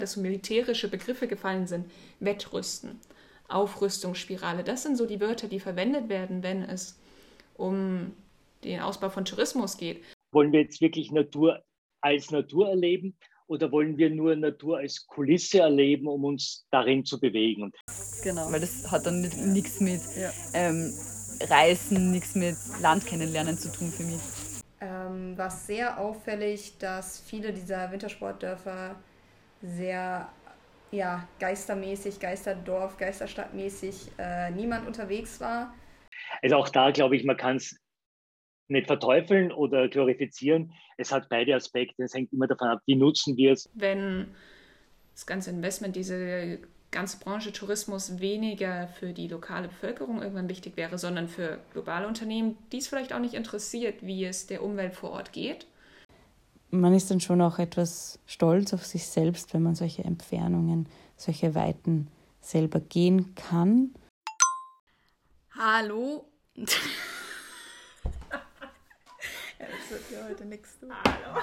dass so militärische Begriffe gefallen sind. Wettrüsten, Aufrüstungsspirale, das sind so die Wörter, die verwendet werden, wenn es um den Ausbau von Tourismus geht. Wollen wir jetzt wirklich Natur als Natur erleben oder wollen wir nur Natur als Kulisse erleben, um uns darin zu bewegen? Genau, weil das hat dann nichts mit Reisen, nichts mit Land kennenlernen zu tun für mich. War sehr auffällig, dass viele dieser Wintersportdörfer sehr geistermäßig, Geisterdorf, Geisterstadtmäßig niemand unterwegs war. Also auch da glaube ich, man kann es nicht verteufeln oder glorifizieren. Es hat beide Aspekte. Es hängt immer davon ab, wie nutzen wir es. Wenn das ganze Investment, diese ganze Branche Tourismus weniger für die lokale Bevölkerung irgendwann wichtig wäre, sondern für globale Unternehmen, die es vielleicht auch nicht interessiert, wie es der Umwelt vor Ort geht. Man ist dann schon auch etwas stolz auf sich selbst, wenn man solche Entfernungen, solche Weiten selber gehen kann. Hallo. Das wird ja heute nichts. Hallo.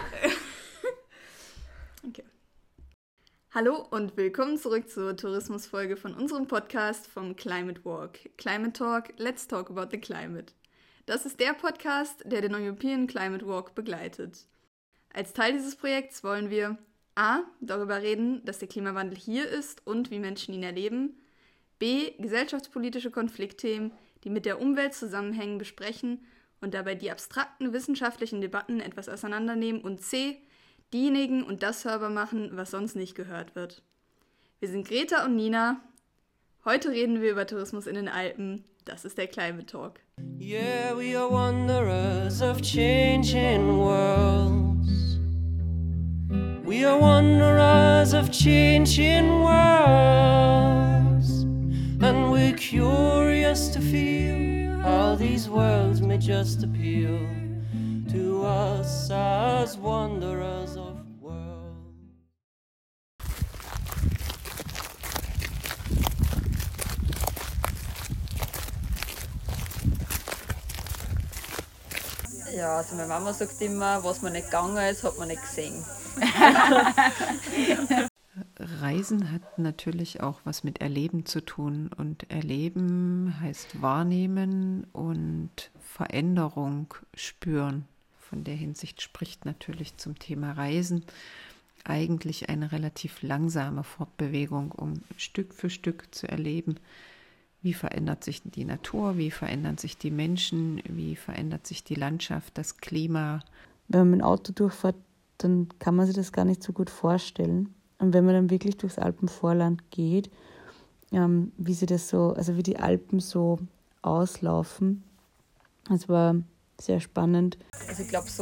Okay. Hallo und willkommen zurück zur Tourismusfolge von unserem Podcast vom Climate Walk. Climate Talk, let's talk about the climate. Das ist der Podcast, der den European Climate Walk begleitet. Als Teil dieses Projekts wollen wir a. darüber reden, dass der Klimawandel hier ist und wie Menschen ihn erleben, b. gesellschaftspolitische Konfliktthemen, die mit der Umwelt zusammenhängen, besprechen und dabei die abstrakten wissenschaftlichen Debatten etwas auseinandernehmen und c. diejenigen und das hörbar machen, was sonst nicht gehört wird. Wir sind Greta und Nina. Heute reden wir über Tourismus in den Alpen. Das ist der Climate Talk. Yeah, we are wanderers of changing worlds. We are wanderers of changing worlds. And we're curious to feel how these worlds may just appeal to us as wanderers of worlds. Ja, also meine Mama sagt immer, was man nicht gegangen ist, hat man nicht gesehen. Reisen hat natürlich auch was mit Erleben zu tun und Erleben heißt wahrnehmen und Veränderung spüren. Von der Hinsicht spricht natürlich zum Thema Reisen eigentlich eine relativ langsame Fortbewegung, um Stück für Stück zu erleben, wie verändert sich die Natur, wie verändern sich die Menschen, wie verändert sich die Landschaft, das Klima. Wenn man mit dem Auto durchfährt, dann kann man sich das gar nicht so gut vorstellen. Und wenn man dann wirklich durchs Alpenvorland geht, wie sie das so, also wie die Alpen so auslaufen, das war sehr spannend. Also ich glaube so,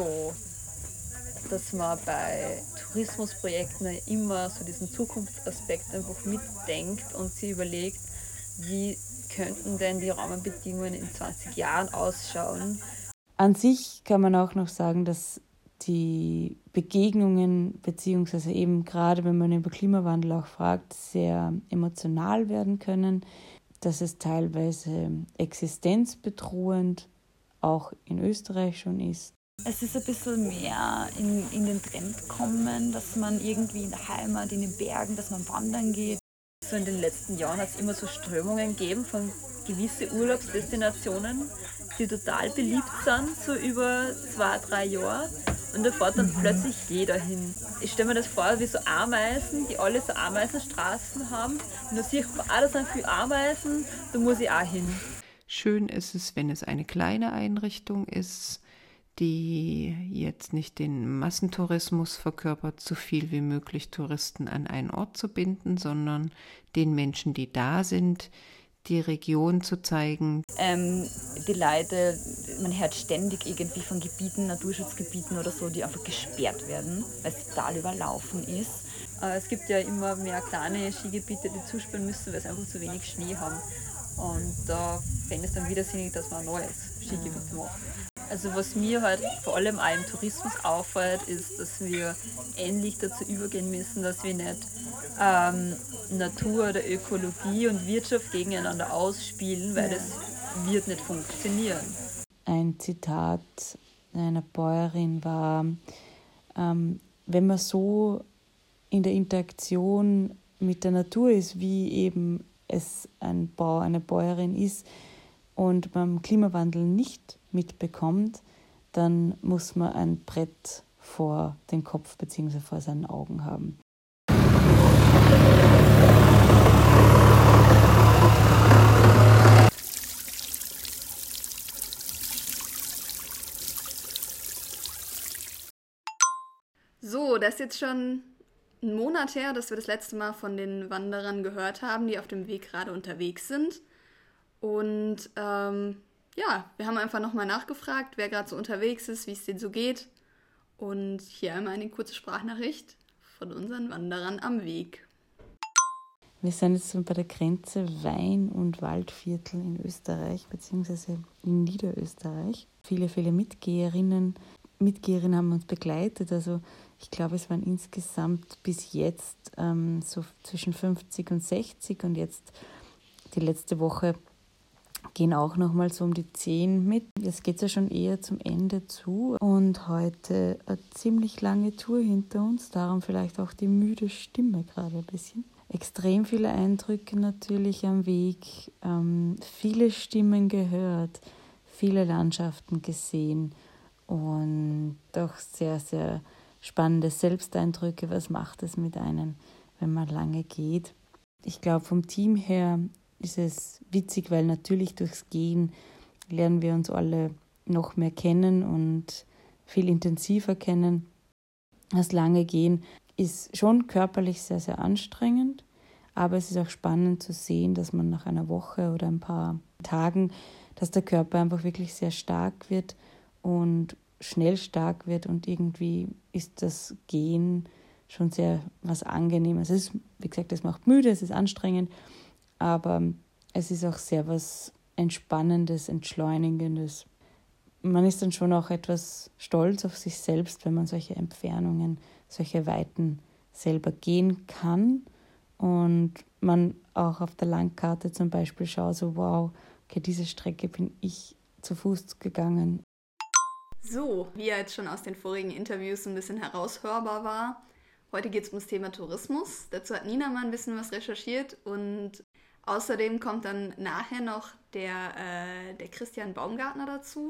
dass man bei Tourismusprojekten immer so diesen Zukunftsaspekt einfach mitdenkt und sich überlegt, wie könnten denn die Rahmenbedingungen in 20 Jahren ausschauen. An sich kann man auch noch sagen, dass die Begegnungen, beziehungsweise eben gerade wenn man über Klimawandel auch fragt, sehr emotional werden können, dass es teilweise existenzbedrohend auch in Österreich schon ist. Es ist ein bisschen mehr in den Trend gekommen, dass man irgendwie in der Heimat, in den Bergen, dass man wandern geht. So in den letzten Jahren hat es immer so Strömungen gegeben von gewissen Urlaubsdestinationen, die total beliebt sind, so über 2-3 Jahre. Und da fährt dann plötzlich jeder hin. Ich stelle mir das vor, wie so Ameisen, die alle so Ameisenstraßen haben. Und da sehe ich, da sind viele Ameisen, da muss ich auch hin. Schön ist es, wenn es eine kleine Einrichtung ist, die jetzt nicht den Massentourismus verkörpert, so viel wie möglich Touristen an einen Ort zu binden, sondern den Menschen, die da sind, die Region zu zeigen. Die Leute, man hört ständig irgendwie von Gebieten, Naturschutzgebieten oder so, die einfach gesperrt werden, weil es total überlaufen ist. Es gibt ja immer mehr kleine Skigebiete, die zusperren müssen, weil sie einfach zu wenig Schnee haben. Und da fände es dann wieder sinnig, dass man ein neues Skigebiet macht. Also was mir halt vor allem auch im Tourismus auffällt, ist, dass wir endlich dazu übergehen müssen, dass wir nicht Natur oder Ökologie und Wirtschaft gegeneinander ausspielen, weil das wird nicht funktionieren. Ein Zitat einer Bäuerin war, wenn man so in der Interaktion mit der Natur ist, wie eben es ein Bauer, eine Bäuerin ist und beim Klimawandel nicht mitbekommt, dann muss man ein Brett vor den Kopf bzw. vor seinen Augen haben. So, das ist jetzt schon ein Monat her, dass wir das letzte Mal von den Wanderern gehört haben, die auf dem Weg gerade unterwegs sind. Und wir haben einfach nochmal nachgefragt, wer gerade so unterwegs ist, wie es denen so geht. Und hier einmal eine kurze Sprachnachricht von unseren Wanderern am Weg. Wir sind jetzt bei der Grenze Wein- und Waldviertel in Österreich, beziehungsweise in Niederösterreich. Viele Mitgeherinnen haben uns begleitet. Also ich glaube, es waren insgesamt bis jetzt so zwischen 50 und 60 und jetzt die letzte Woche gehen auch nochmal so um die 10 mit. Jetzt geht es ja schon eher zum Ende zu und heute eine ziemlich lange Tour hinter uns, darum vielleicht auch die müde Stimme gerade ein bisschen. Extrem viele Eindrücke natürlich am Weg, viele Stimmen gehört, viele Landschaften gesehen und doch sehr, sehr spannende Selbsteindrücke. Was macht es mit einem, wenn man lange geht? Ich glaube, vom Team her ist es witzig, weil natürlich durchs Gehen lernen wir uns alle noch mehr kennen und viel intensiver kennen. Das lange Gehen ist schon körperlich sehr, sehr anstrengend, aber es ist auch spannend zu sehen, dass man nach einer Woche oder ein paar Tagen, dass der Körper einfach wirklich sehr stark wird und schnell stark wird und irgendwie ist das Gehen schon sehr was Angenehmes. Es ist, wie gesagt, es macht müde, es ist anstrengend, aber es ist auch sehr was Entspannendes, Entschleunigendes. Man ist dann schon auch etwas stolz auf sich selbst, wenn man solche Entfernungen, solche Weiten selber gehen kann und man auch auf der Landkarte zum Beispiel schaut, so wow, okay, diese Strecke bin ich zu Fuß gegangen. So, wie ja jetzt schon aus den vorigen Interviews ein bisschen heraushörbar war, heute geht es um das Thema Tourismus. Dazu hat Nina mal ein bisschen was recherchiert und außerdem kommt dann nachher noch der Christian Baumgartner dazu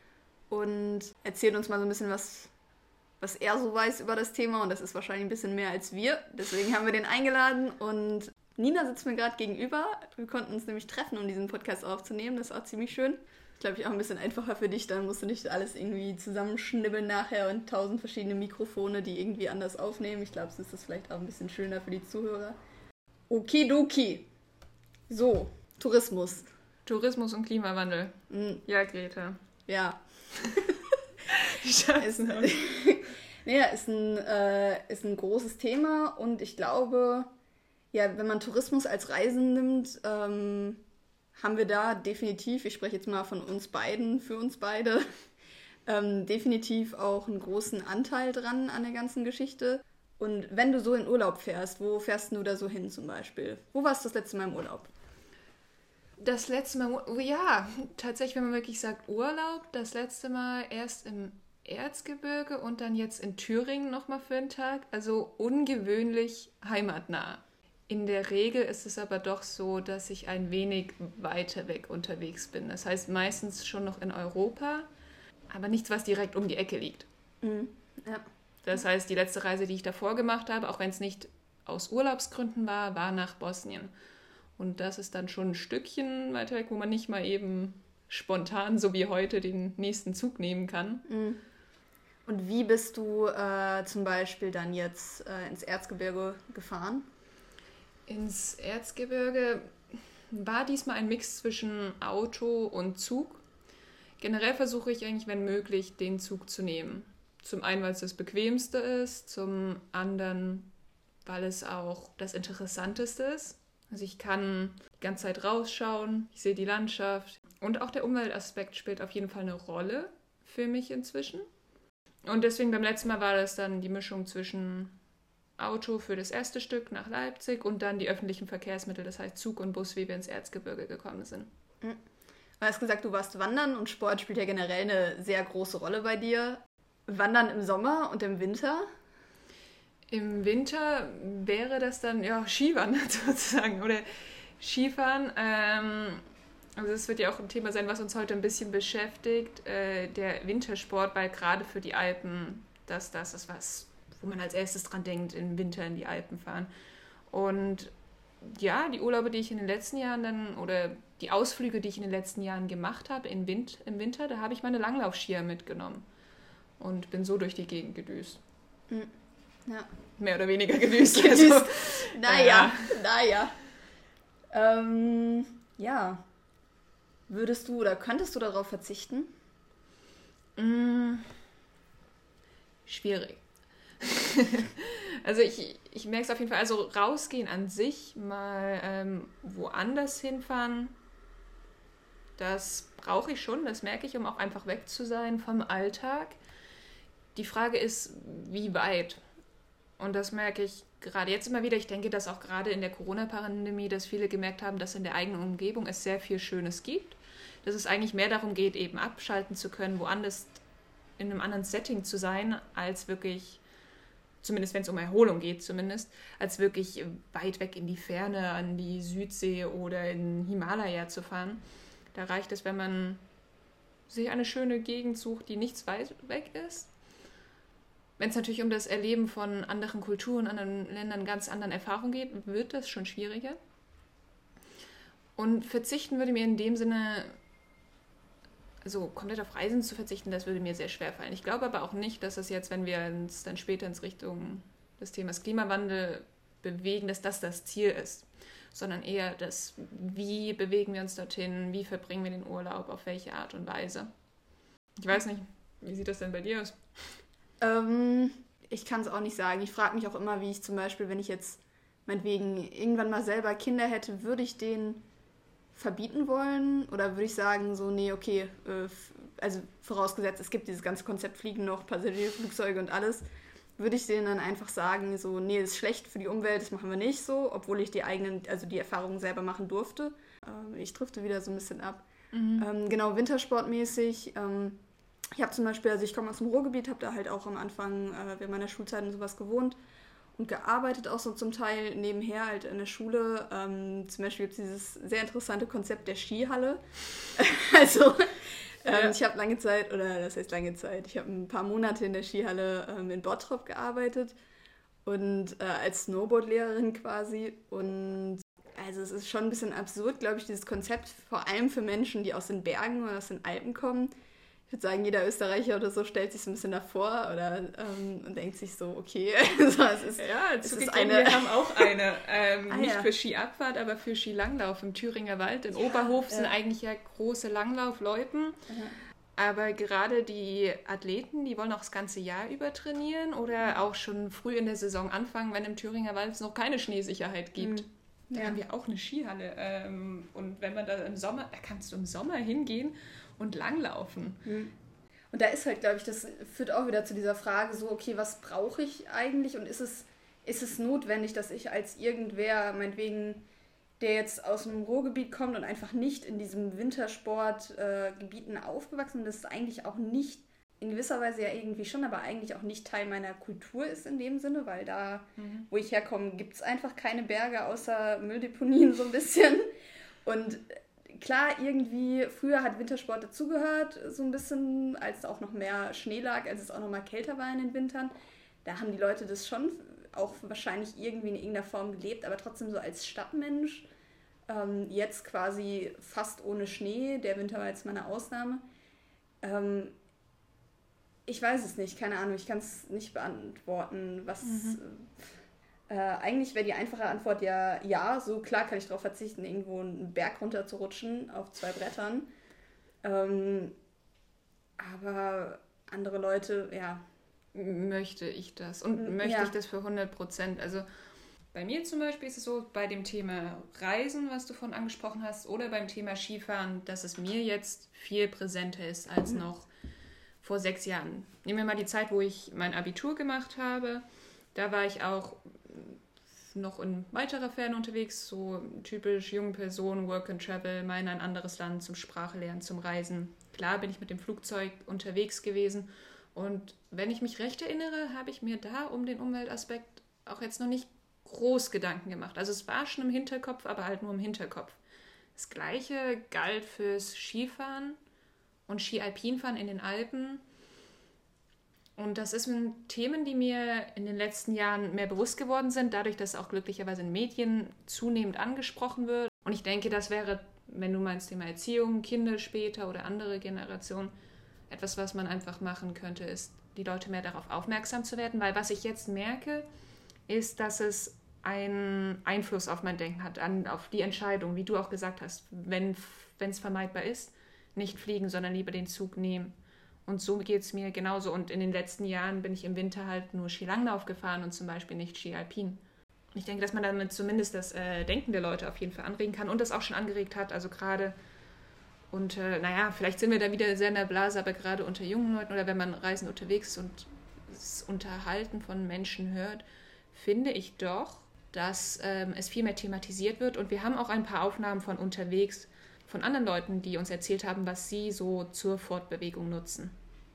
und erzählt uns mal so ein bisschen was er so weiß über das Thema und das ist wahrscheinlich ein bisschen mehr als wir. Deswegen haben wir den eingeladen und Nina sitzt mir gerade gegenüber. Wir konnten uns nämlich treffen, um diesen Podcast aufzunehmen. Das ist auch ziemlich schön. Glaube ich auch ein bisschen einfacher für dich, dann musst du nicht alles irgendwie zusammenschnibbeln nachher und 1000 verschiedene Mikrofone, die irgendwie anders aufnehmen. Ich glaube, so ist das vielleicht auch ein bisschen schöner für die Zuhörer. Okidoki. So, Tourismus. Tourismus und Klimawandel. Ja, Greta. Ja. Scheiße. Naja, ist ein großes Thema und ich glaube, ja, wenn man Tourismus als Reisen nimmt, haben wir da definitiv, ich spreche jetzt mal von uns beiden, für uns beide, definitiv auch einen großen Anteil dran an der ganzen Geschichte. Und wenn du so in Urlaub fährst, wo fährst du da so hin zum Beispiel? Wo warst du das letzte Mal im Urlaub? Das letzte Mal, ja, tatsächlich, wenn man wirklich sagt Urlaub, das letzte Mal erst im Erzgebirge und dann jetzt in Thüringen nochmal für einen Tag. Also ungewöhnlich heimatnah. In der Regel ist es aber doch so, dass ich ein wenig weiter weg unterwegs bin. Das heißt meistens schon noch in Europa, aber nichts, was direkt um die Ecke liegt. Mhm. Ja. Das heißt, die letzte Reise, die ich davor gemacht habe, auch wenn es nicht aus Urlaubsgründen war, war nach Bosnien. Und das ist dann schon ein Stückchen weiter weg, wo man nicht mal eben spontan, so wie heute, den nächsten Zug nehmen kann. Mhm. Und wie bist du zum Beispiel dann jetzt ins Erzgebirge gefahren? Ins Erzgebirge war diesmal ein Mix zwischen Auto und Zug. Generell versuche ich eigentlich, wenn möglich, den Zug zu nehmen. Zum einen, weil es das Bequemste ist, zum anderen, weil es auch das Interessanteste ist. Also ich kann die ganze Zeit rausschauen, ich sehe die Landschaft und auch der Umweltaspekt spielt auf jeden Fall eine Rolle für mich inzwischen. Und deswegen beim letzten Mal war das dann die Mischung zwischen Auto für das erste Stück nach Leipzig und dann die öffentlichen Verkehrsmittel, das heißt Zug und Bus, wie wir ins Erzgebirge gekommen sind. Du hast gesagt, du warst wandern und Sport spielt ja generell eine sehr große Rolle bei dir. Wandern im Sommer und im Winter? Im Winter wäre das dann Skiwandern sozusagen oder Skifahren. Also es wird ja auch ein Thema sein, was uns heute ein bisschen beschäftigt, der Wintersport, weil gerade für die Alpen, das ist was, wo man als erstes dran denkt, im Winter in die Alpen fahren. Und ja, die Urlaube, die ich in den letzten Jahren oder die Ausflüge, die ich in den letzten Jahren gemacht habe im Winter, da habe ich meine Langlaufskier mitgenommen und bin so durch die Gegend gedüst. Ja. Mehr oder weniger gedüst. Also, naja. Ja. Würdest du oder könntest du darauf verzichten? Schwierig. Also ich merke es auf jeden Fall, also rausgehen an sich, mal woanders hinfahren, das brauche ich schon, das merke ich, um auch einfach weg zu sein vom Alltag. Die Frage ist, wie weit? Und das merke ich gerade jetzt immer wieder. Ich denke, dass auch gerade in der Corona-Pandemie, dass viele gemerkt haben, dass in der eigenen Umgebung es sehr viel Schönes gibt. Dass es eigentlich mehr darum geht, eben abschalten zu können, woanders in einem anderen Setting zu sein, als wirklich, zumindest wenn es um Erholung geht, als wirklich weit weg in die Ferne, an die Südsee oder in den Himalaya zu fahren. Da reicht es, wenn man sich eine schöne Gegend sucht, die nichts weit weg ist. Wenn es natürlich um das Erleben von anderen Kulturen, anderen Ländern, ganz anderen Erfahrungen geht, wird das schon schwieriger. Und verzichten würde mir in dem Sinne, also komplett auf Reisen zu verzichten, das würde mir sehr schwer fallen. Ich glaube aber auch nicht, dass es jetzt, wenn wir uns dann später ins Richtung des Themas Klimawandel bewegen, dass das Ziel ist, sondern eher das, wie bewegen wir uns dorthin, wie verbringen wir den Urlaub, auf welche Art und Weise. Ich weiß nicht, wie sieht das denn bei dir aus? Ich kann es auch nicht sagen. Ich frage mich auch immer, wie ich zum Beispiel, wenn ich jetzt meinetwegen irgendwann mal selber Kinder hätte, würde ich denen verbieten wollen? Oder würde ich sagen, so, nee, okay, also vorausgesetzt, es gibt dieses ganze Konzept Fliegen noch, Passagierflugzeuge und alles, würde ich denen dann einfach sagen, so, nee, das ist schlecht für die Umwelt, das machen wir nicht so, obwohl ich die Erfahrungen selber machen durfte. Ich drifte wieder so ein bisschen ab. Genau, wintersportmäßig. Ich habe zum Beispiel, also ich komme aus dem Ruhrgebiet, habe da halt auch am Anfang während meiner Schulzeit und sowas gewohnt und gearbeitet auch so zum Teil nebenher halt in der Schule. Zum Beispiel gibt es dieses sehr interessante Konzept der Skihalle. Also ich habe lange Zeit, oder das heißt lange Zeit, ich habe ein paar Monate in der Skihalle in Bottrop gearbeitet und als Snowboardlehrerin quasi. Und also es ist schon ein bisschen absurd, glaube ich, dieses Konzept, vor allem für Menschen, die aus den Bergen oder aus den Alpen kommen. Ich würde sagen, jeder Österreicher oder so stellt sich so ein bisschen davor und denkt sich so, okay. Also es ist wir haben auch eine. Nicht für Skiabfahrt, aber für Skilanglauf im Thüringer Wald. In Oberhof sind eigentlich ja große Langlaufloipen. Aber gerade die Athleten, die wollen auch das ganze Jahr über trainieren oder auch schon früh in der Saison anfangen, wenn im Thüringer Wald es noch keine Schneesicherheit gibt. Da haben wir auch eine Skihalle. Und wenn man da da kannst du im Sommer hingehen und langlaufen. Und da ist halt, glaube ich, das führt auch wieder zu dieser Frage so, okay, was brauche ich eigentlich und ist es notwendig, dass ich als irgendwer, meinetwegen, der jetzt aus dem Ruhrgebiet kommt und einfach nicht in diesem Wintersportgebieten aufgewachsen ist, eigentlich auch nicht, in gewisser Weise ja irgendwie schon, aber eigentlich auch nicht Teil meiner Kultur ist in dem Sinne, weil da, wo ich herkomme, gibt es einfach keine Berge außer Mülldeponien so ein bisschen. Und klar, irgendwie, früher hat Wintersport dazugehört, so ein bisschen, als es auch noch mehr Schnee lag, als es auch noch mal kälter war in den Wintern. Da haben die Leute das schon auch wahrscheinlich irgendwie in irgendeiner Form gelebt, aber trotzdem so als Stadtmensch, jetzt quasi fast ohne Schnee, der Winter war jetzt mal eine Ausnahme. Ich weiß es nicht, keine Ahnung, ich kann es nicht beantworten, was... eigentlich wäre die einfache Antwort ja, so klar kann ich darauf verzichten, irgendwo einen Berg runter zu rutschen auf 2 Brettern. Aber andere Leute, ja. Möchte ich das? Und möchte ich das für 100%? Also bei mir zum Beispiel ist es so, bei dem Thema Reisen, was du vorhin angesprochen hast, oder beim Thema Skifahren, dass es mir jetzt viel präsenter ist als noch vor 6 Jahren. Nehmen wir mal die Zeit, wo ich mein Abitur gemacht habe. Da war ich auch noch in weiterer Ferne unterwegs, so typisch junge Person, Work and Travel, mal in ein anderes Land zum Sprachelernen, zum Reisen. Klar bin ich mit dem Flugzeug unterwegs gewesen und wenn ich mich recht erinnere, habe ich mir da um den Umweltaspekt auch jetzt noch nicht groß Gedanken gemacht. Also es war schon im Hinterkopf, aber halt nur im Hinterkopf. Das Gleiche galt fürs Skifahren und Ski-Alpinfahren in den Alpen. Und das sind Themen, die mir in den letzten Jahren mehr bewusst geworden sind, dadurch, dass auch glücklicherweise in Medien zunehmend angesprochen wird. Und ich denke, das wäre, wenn du meinst Thema Erziehung, Kinder später oder andere Generationen, etwas, was man einfach machen könnte, ist, die Leute mehr darauf aufmerksam zu werden. Weil was ich jetzt merke, ist, dass es einen Einfluss auf mein Denken hat, auf die Entscheidung, wie du auch gesagt hast, wenn es vermeidbar ist, nicht fliegen, sondern lieber den Zug nehmen. Und so geht es mir genauso. Und in den letzten Jahren bin ich im Winter halt nur Skilanglauf gefahren und zum Beispiel nicht Ski-Alpin. Und ich denke, dass man damit zumindest das Denken der Leute auf jeden Fall anregen kann und das auch schon angeregt hat. Also gerade vielleicht sind wir da wieder sehr in der Blase, aber gerade unter jungen Leuten oder wenn man reisend unterwegs ist und das Unterhalten von Menschen hört, finde ich doch, dass es viel mehr thematisiert wird. Und wir haben auch ein paar Aufnahmen von unterwegs, von anderen Leuten, die uns erzählt haben, was sie so zur Fortbewegung nutzen.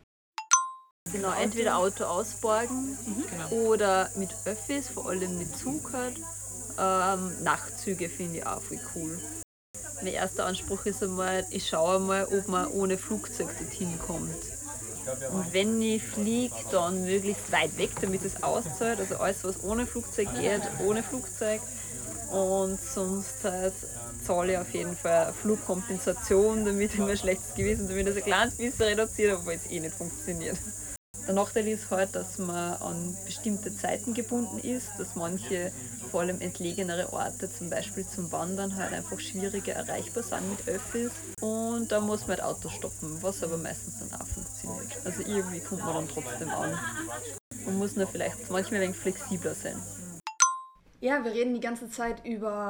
Genau, entweder Auto ausborgen oder mit Öffis, vor allem mit Zug halt. Nachtzüge finde ich auch voll cool. Mein erster Anspruch ist einmal, ich schaue einmal, ob man ohne Flugzeug dorthin kommt. Und wenn ich fliege, dann möglichst weit weg, damit es auszahlt. Also alles, was ohne Flugzeug geht, ohne Flugzeug. Und sonst zahle ich auf jeden Fall Flugkompensation, damit ich mir schlechtes Gewissen, damit es ein kleines bisschen reduziert, obwohl es eh nicht funktioniert. Der Nachteil ist halt, dass man an bestimmte Zeiten gebunden ist, dass manche, vor allem entlegenere Orte, zum Beispiel zum Wandern, halt einfach schwieriger erreichbar sind mit Öffis. Und da muss man halt Auto stoppen, was aber meistens dann auch funktioniert. Also irgendwie kommt man dann trotzdem an. Man muss nur vielleicht manchmal ein wenig flexibler sein. Ja, wir reden die ganze Zeit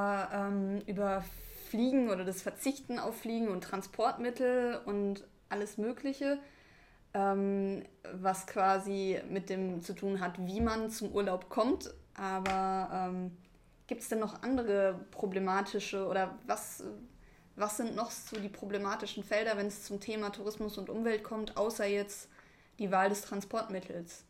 über Fliegen oder das Verzichten auf Fliegen und Transportmittel und alles Mögliche, was quasi mit dem zu tun hat, wie man zum Urlaub kommt. Aber gibt es denn noch andere problematische oder was sind noch so die problematischen Felder, wenn es zum Thema Tourismus und Umwelt kommt, außer jetzt die Wahl des Transportmittels?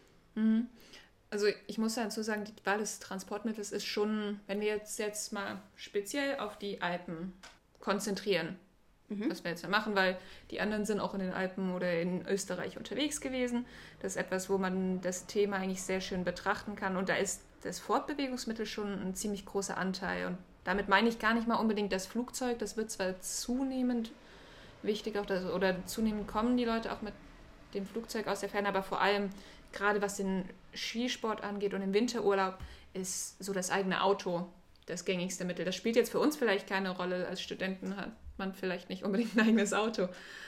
Also ich muss dazu sagen, die Wahl des Transportmittels ist schon, wenn wir jetzt mal speziell auf die Alpen konzentrieren, was wir jetzt mal machen, weil die anderen sind auch in den Alpen oder in Österreich unterwegs gewesen. Das ist etwas, wo man das Thema eigentlich sehr schön betrachten kann und da ist das Fortbewegungsmittel schon ein ziemlich großer Anteil und damit meine ich gar nicht mal unbedingt das Flugzeug, das wird zwar zunehmend wichtig oder zunehmend kommen die Leute auch mit dem Flugzeug aus der Ferne, aber vor allem gerade was den Skisport angeht und im Winterurlaub ist so das eigene Auto das gängigste Mittel. Das spielt jetzt für uns vielleicht keine Rolle. Als Studenten hat man vielleicht nicht unbedingt ein eigenes Auto.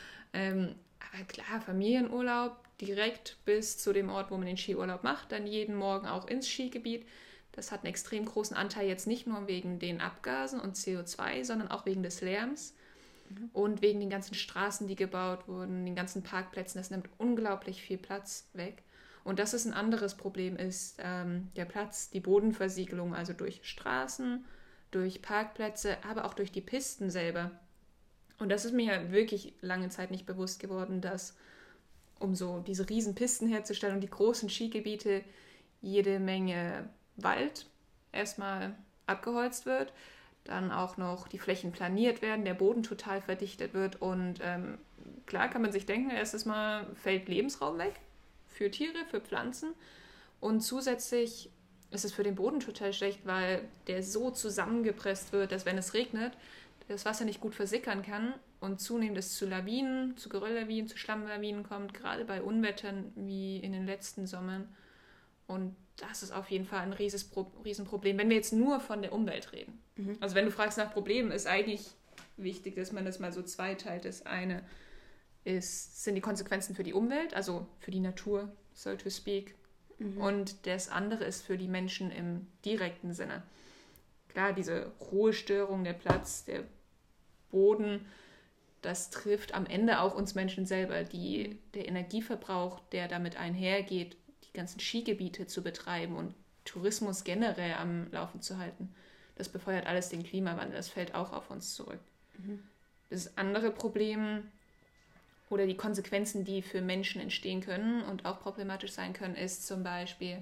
Aber klar, Familienurlaub direkt bis zu dem Ort, wo man den Skiurlaub macht, dann jeden Morgen auch ins Skigebiet. Das hat einen extrem großen Anteil jetzt nicht nur wegen den Abgasen und CO2, sondern auch wegen des Lärms und wegen den ganzen Straßen, die gebaut wurden, den ganzen Parkplätzen. Das nimmt unglaublich viel Platz weg. Und das ist ein anderes Problem, ist der Platz, die Bodenversiegelung, also durch Straßen, durch Parkplätze, aber auch durch die Pisten selber. Und das ist mir wirklich lange Zeit nicht bewusst geworden, dass um so diese riesen Pisten herzustellen und die großen Skigebiete jede Menge Wald erstmal abgeholzt wird, dann auch noch die Flächen planiert werden, der Boden total verdichtet wird und klar kann man sich denken, erstes Mal fällt Lebensraum weg für Tiere, für Pflanzen und zusätzlich ist es für den Boden total schlecht, weil der so zusammengepresst wird, dass wenn es regnet, das Wasser nicht gut versickern kann und zunehmend es zu Lawinen, zu Gerölllawinen, zu Schlammlawinen kommt, gerade bei Unwettern wie in den letzten Sommern. Und das ist auf jeden Fall ein Riesenproblem, wenn wir jetzt nur von der Umwelt reden. Also wenn du fragst nach Problemen, ist eigentlich wichtig, dass man das mal so zweiteilt. Das eine sind die Konsequenzen für die Umwelt, also für die Natur, so to speak. Und das andere ist für die Menschen im direkten Sinne. Klar, diese Ruhestörung, der Platz, der Boden, das trifft am Ende auch uns Menschen selber. Der Energieverbrauch, der damit einhergeht, die ganzen Skigebiete zu betreiben und Tourismus generell am Laufen zu halten, das befeuert alles den Klimawandel. Das fällt auch auf uns zurück. Das andere Problem oder die Konsequenzen, die für Menschen entstehen können und auch problematisch sein können, ist zum Beispiel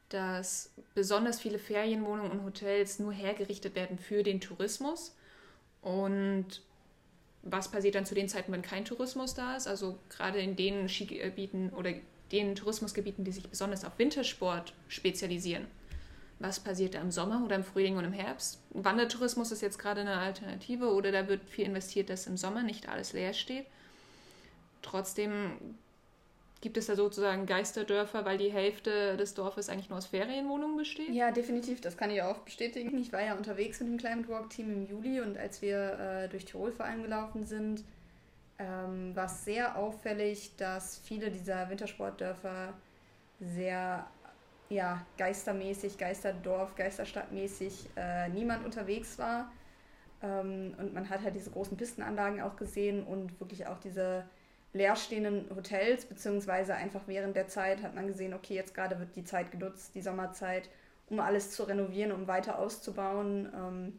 dass besonders viele Ferienwohnungen und Hotels nur hergerichtet werden für den Tourismus. Und was passiert dann zu den Zeiten, wenn kein Tourismus da ist? Also gerade in den Skigebieten oder den Tourismusgebieten, die sich besonders auf Wintersport spezialisieren. Was passiert da im Sommer oder im Frühling und im Herbst? Wandertourismus ist jetzt gerade eine Alternative oder da wird viel investiert, dass im Sommer nicht alles leer steht. Trotzdem gibt es da sozusagen Geisterdörfer, weil die Hälfte des Dorfes eigentlich nur aus Ferienwohnungen besteht? Ja, definitiv, das kann ich auch bestätigen. Ich war ja unterwegs mit dem Climate Walk Team im Juli und als wir durch Tirol vor allem gelaufen sind, war es sehr auffällig, dass viele dieser Wintersportdörfer sehr geistermäßig, Geisterdorf, Geisterstadtmäßig niemand unterwegs war. Und man hat halt diese großen Pistenanlagen auch gesehen und wirklich auch diese leerstehenden Hotels, beziehungsweise einfach während der Zeit hat man gesehen, okay, jetzt gerade wird die Zeit genutzt, die Sommerzeit, um alles zu renovieren, um weiter auszubauen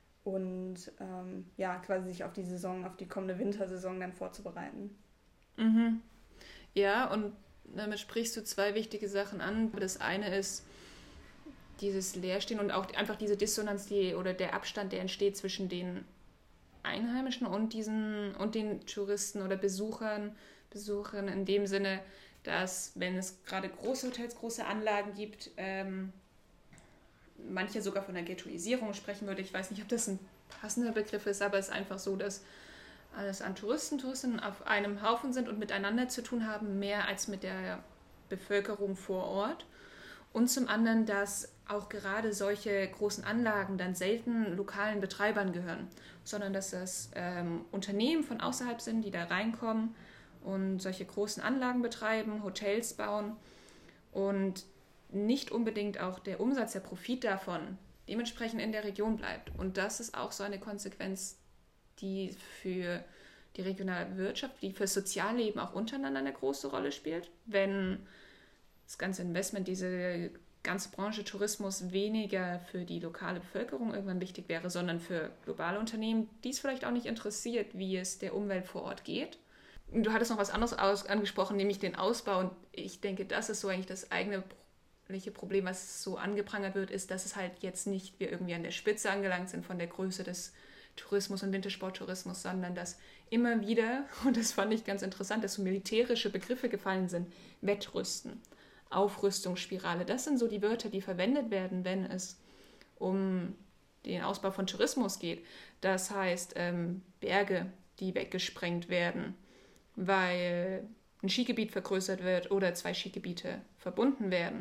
quasi sich auf die Saison, auf die kommende Wintersaison dann vorzubereiten. Mhm. Ja, und damit sprichst du zwei wichtige Sachen an. Das eine ist dieses Leerstehen und auch einfach diese Dissonanz, oder der Abstand, der entsteht zwischen den Einheimischen und den Touristen oder Besuchern in dem Sinne, dass, wenn es gerade große Hotels, große Anlagen gibt, manche sogar von der Ghettoisierung sprechen würde. Ich weiß nicht, ob das ein passender Begriff ist, aber es ist einfach so, dass alles an Touristinnen auf einem Haufen sind und miteinander zu tun haben, mehr als mit der Bevölkerung vor Ort. Und zum anderen, dass auch gerade solche großen Anlagen dann selten lokalen Betreibern gehören, sondern dass das Unternehmen von außerhalb sind, die da reinkommen und solche großen Anlagen betreiben, Hotels bauen und nicht unbedingt auch der Umsatz, der Profit davon dementsprechend in der Region bleibt. Und das ist auch so eine Konsequenz, die für die regionale Wirtschaft, die für das Sozialleben auch untereinander eine große Rolle spielt. Wenn das ganze Investment, diese ganze Branche Tourismus weniger für die lokale Bevölkerung irgendwann wichtig wäre, sondern für globale Unternehmen, die es vielleicht auch nicht interessiert, wie es der Umwelt vor Ort geht. Du hattest noch was anderes angesprochen, nämlich den Ausbau. Und ich denke, das ist so eigentlich das eigentliche Problem, was so angeprangert wird, ist, dass es halt jetzt nicht wir irgendwie an der Spitze angelangt sind von der Größe des Tourismus und Wintersporttourismus, sondern dass immer wieder, und das fand ich ganz interessant, dass so militärische Begriffe gefallen sind, Wettrüsten, Aufrüstungsspirale. Das sind so die Wörter, die verwendet werden, wenn es um den Ausbau von Tourismus geht. Das heißt, Berge, die weggesprengt werden, weil ein Skigebiet vergrößert wird oder zwei Skigebiete verbunden werden.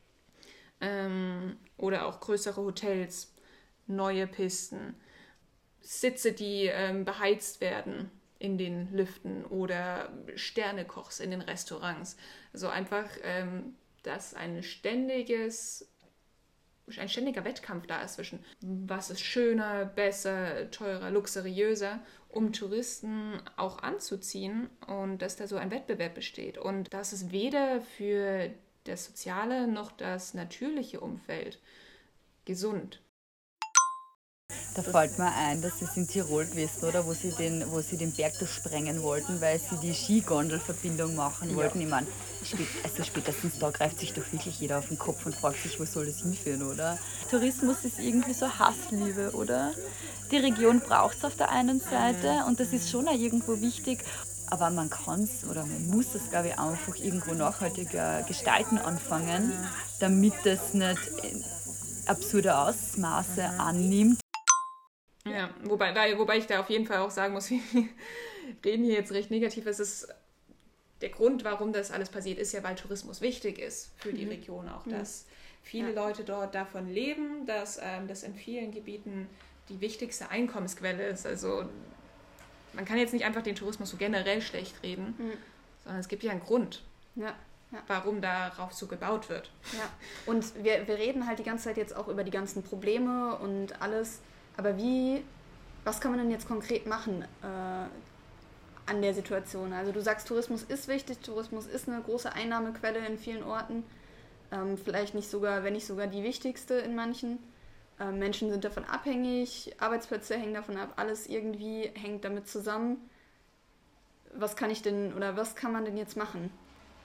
Oder auch größere Hotels, neue Pisten, Sitze, die beheizt werden in den Lüften oder Sternekochs in den Restaurants. Also einfach, dass ein ständiger Wettkampf da ist zwischen was ist schöner, besser, teurer, luxuriöser, um Touristen auch anzuziehen und dass da so ein Wettbewerb besteht. Und das ist weder für das soziale noch das natürliche Umfeld gesund. Da fällt mir ein, dass es in Tirol gewesen, oder, wo sie den Berg durchsprengen wollten, weil sie die Skigondelverbindung machen wollten. Ich meine, spätestens da greift sich doch wirklich jeder auf den Kopf und fragt sich, wo soll das hinführen, oder? Tourismus ist irgendwie so Hassliebe, oder? Die Region braucht es auf der einen Seite und das ist schon auch irgendwo wichtig, aber man kann es oder man muss es, glaube ich, einfach irgendwo nachhaltiger gestalten anfangen, damit es nicht absurde Ausmaße annimmt. Ja, wobei ich da auf jeden Fall auch sagen muss, wir reden hier jetzt recht negativ. Es ist der Grund, warum das alles passiert, ist ja, weil Tourismus wichtig ist für die Region auch, dass viele Leute dort davon leben, dass das in vielen Gebieten die wichtigste Einkommensquelle ist. Also man kann jetzt nicht einfach den Tourismus so generell schlecht reden, sondern es gibt ja einen Grund, warum darauf so gebaut wird. Ja, und wir reden halt die ganze Zeit jetzt auch über die ganzen Probleme und alles. Aber was kann man denn jetzt konkret machen an der Situation? Also du sagst, Tourismus ist wichtig, Tourismus ist eine große Einnahmequelle in vielen Orten, vielleicht nicht sogar, wenn nicht sogar die wichtigste in manchen. Menschen sind davon abhängig, Arbeitsplätze hängen davon ab, alles irgendwie hängt damit zusammen. Was kann man denn jetzt machen?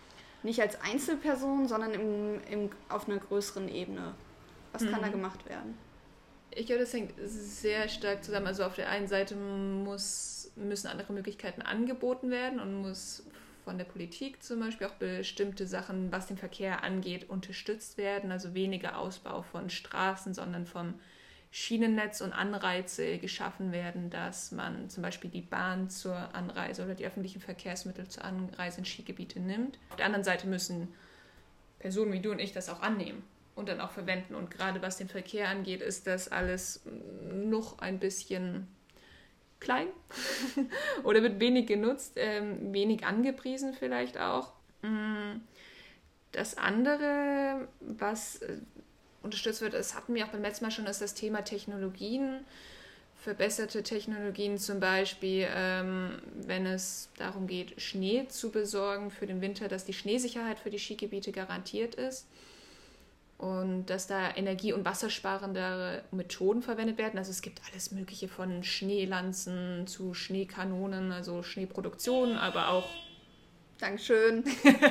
nicht als Einzelperson, sondern auf einer größeren Ebene. Was kann da gemacht werden? Ich glaube, das hängt sehr stark zusammen. Also auf der einen Seite müssen andere Möglichkeiten angeboten werden und muss von der Politik zum Beispiel auch bestimmte Sachen, was den Verkehr angeht, unterstützt werden. Also weniger Ausbau von Straßen, sondern vom Schienennetz und Anreize geschaffen werden, dass man zum Beispiel die Bahn zur Anreise oder die öffentlichen Verkehrsmittel zur Anreise in Skigebiete nimmt. Auf der anderen Seite müssen Personen wie du und ich das auch annehmen und dann auch verwenden. Und gerade was den Verkehr angeht, ist das alles noch ein bisschen klein oder wird wenig genutzt, wenig angepriesen vielleicht auch. Das andere, was unterstützt wird, das hatten wir auch beim letzten Mal schon, ist das Thema Technologien. Verbesserte Technologien zum Beispiel, wenn es darum geht, Schnee zu besorgen für den Winter, dass die Schneesicherheit für die Skigebiete garantiert ist und dass da energie- und wassersparendere Methoden verwendet werden. Also es gibt alles Mögliche von Schneelanzen zu Schneekanonen, also Schneeproduktion, aber auch... Dankeschön.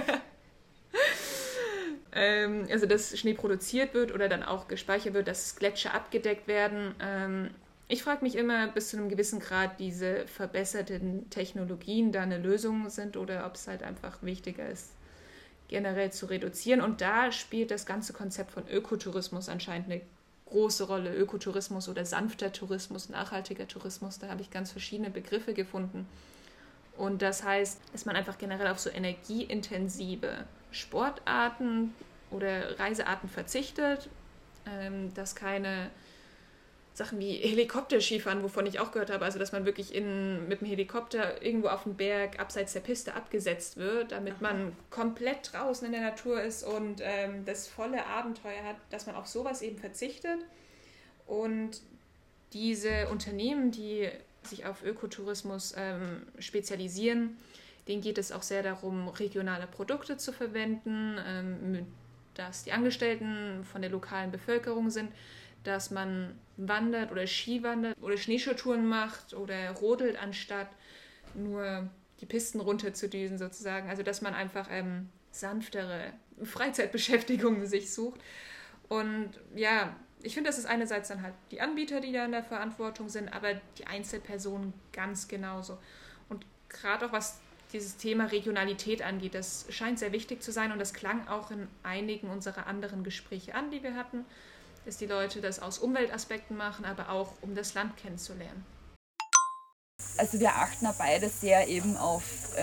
Also dass Schnee produziert wird oder dann auch gespeichert wird, dass Gletscher abgedeckt werden. Ich frage mich immer, bis zu einem gewissen Grad diese verbesserten Technologien da eine Lösung sind oder ob es halt einfach wichtiger ist, generell zu reduzieren. Und da spielt das ganze Konzept von Ökotourismus anscheinend eine große Rolle. Ökotourismus oder sanfter Tourismus, nachhaltiger Tourismus, da habe ich ganz verschiedene Begriffe gefunden. Und das heißt, dass man einfach generell auf so energieintensive Sportarten oder Reisearten verzichtet, dass keine Sachen wie Helikopterskifahren, wovon ich auch gehört habe, also dass man wirklich mit dem Helikopter irgendwo auf dem Berg abseits der Piste abgesetzt wird, damit man komplett draußen in der Natur ist und das volle Abenteuer hat, dass man auf sowas eben verzichtet. Und diese Unternehmen, die sich auf Ökotourismus spezialisieren, denen geht es auch sehr darum, regionale Produkte zu verwenden, dass die Angestellten von der lokalen Bevölkerung sind, dass man wandert oder Skiwandert oder Schneeschuhtouren macht oder rodelt, anstatt nur die Pisten runterzudüsen sozusagen. Also dass man einfach sanftere Freizeitbeschäftigungen sich sucht. Und ja, ich finde, das ist einerseits dann halt die Anbieter, die da in der Verantwortung sind, aber die Einzelpersonen ganz genauso. Und gerade auch was dieses Thema Regionalität angeht, das scheint sehr wichtig zu sein und das klang auch in einigen unserer anderen Gespräche an, die wir hatten, dass die Leute das aus Umweltaspekten machen, aber auch um das Land kennenzulernen. Also wir achten auch beide sehr eben auf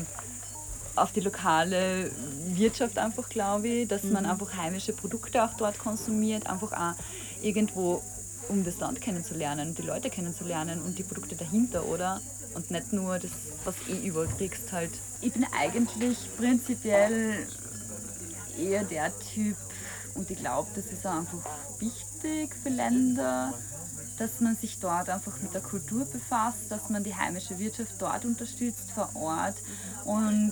die lokale Wirtschaft einfach, glaube ich, dass man einfach heimische Produkte auch dort konsumiert, einfach auch irgendwo, um das Land kennenzulernen, die Leute kennenzulernen und die Produkte dahinter, oder? Und nicht nur das, was überall kriegst halt. Ich bin eigentlich prinzipiell eher der Typ, und ich glaube, das ist auch einfach wichtig für Länder, dass man sich dort einfach mit der Kultur befasst, dass man die heimische Wirtschaft dort unterstützt vor Ort. Und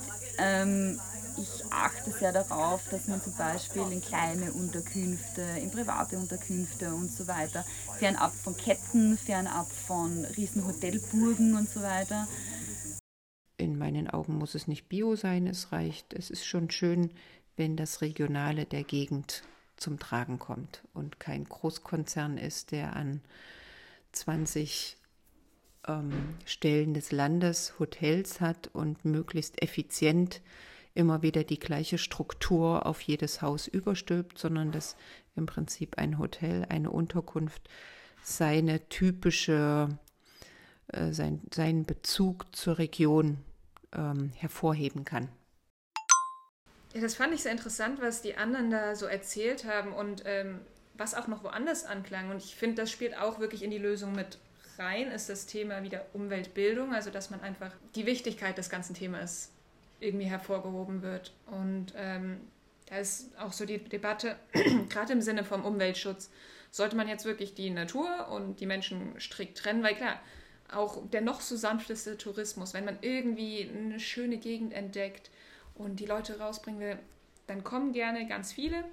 ich achte sehr darauf, dass man zum Beispiel in kleine Unterkünfte, in private Unterkünfte und so weiter, fernab von Ketten, fernab von riesen Hotelburgen und so weiter. In meinen Augen muss es nicht Bio sein, es ist schon schön, wenn das Regionale der Gegend zum Tragen kommt und kein Großkonzern ist, der an 20 Stellen des Landes Hotels hat und möglichst effizient immer wieder die gleiche Struktur auf jedes Haus überstülpt, sondern dass im Prinzip ein Hotel, eine Unterkunft seine typische, seinen Bezug zur Region hervorheben kann. Ja, das fand ich sehr interessant, was die anderen da so erzählt haben und was auch noch woanders anklang. Und ich finde, das spielt auch wirklich in die Lösung mit rein, ist das Thema wieder Umweltbildung, also dass man einfach die Wichtigkeit des ganzen Themas irgendwie hervorgehoben wird. Und da ist auch so die Debatte, gerade im Sinne vom Umweltschutz, sollte man jetzt wirklich die Natur und die Menschen strikt trennen, weil klar, auch der noch so sanfteste Tourismus, wenn man irgendwie eine schöne Gegend entdeckt und die Leute rausbringen will, dann kommen gerne ganz viele.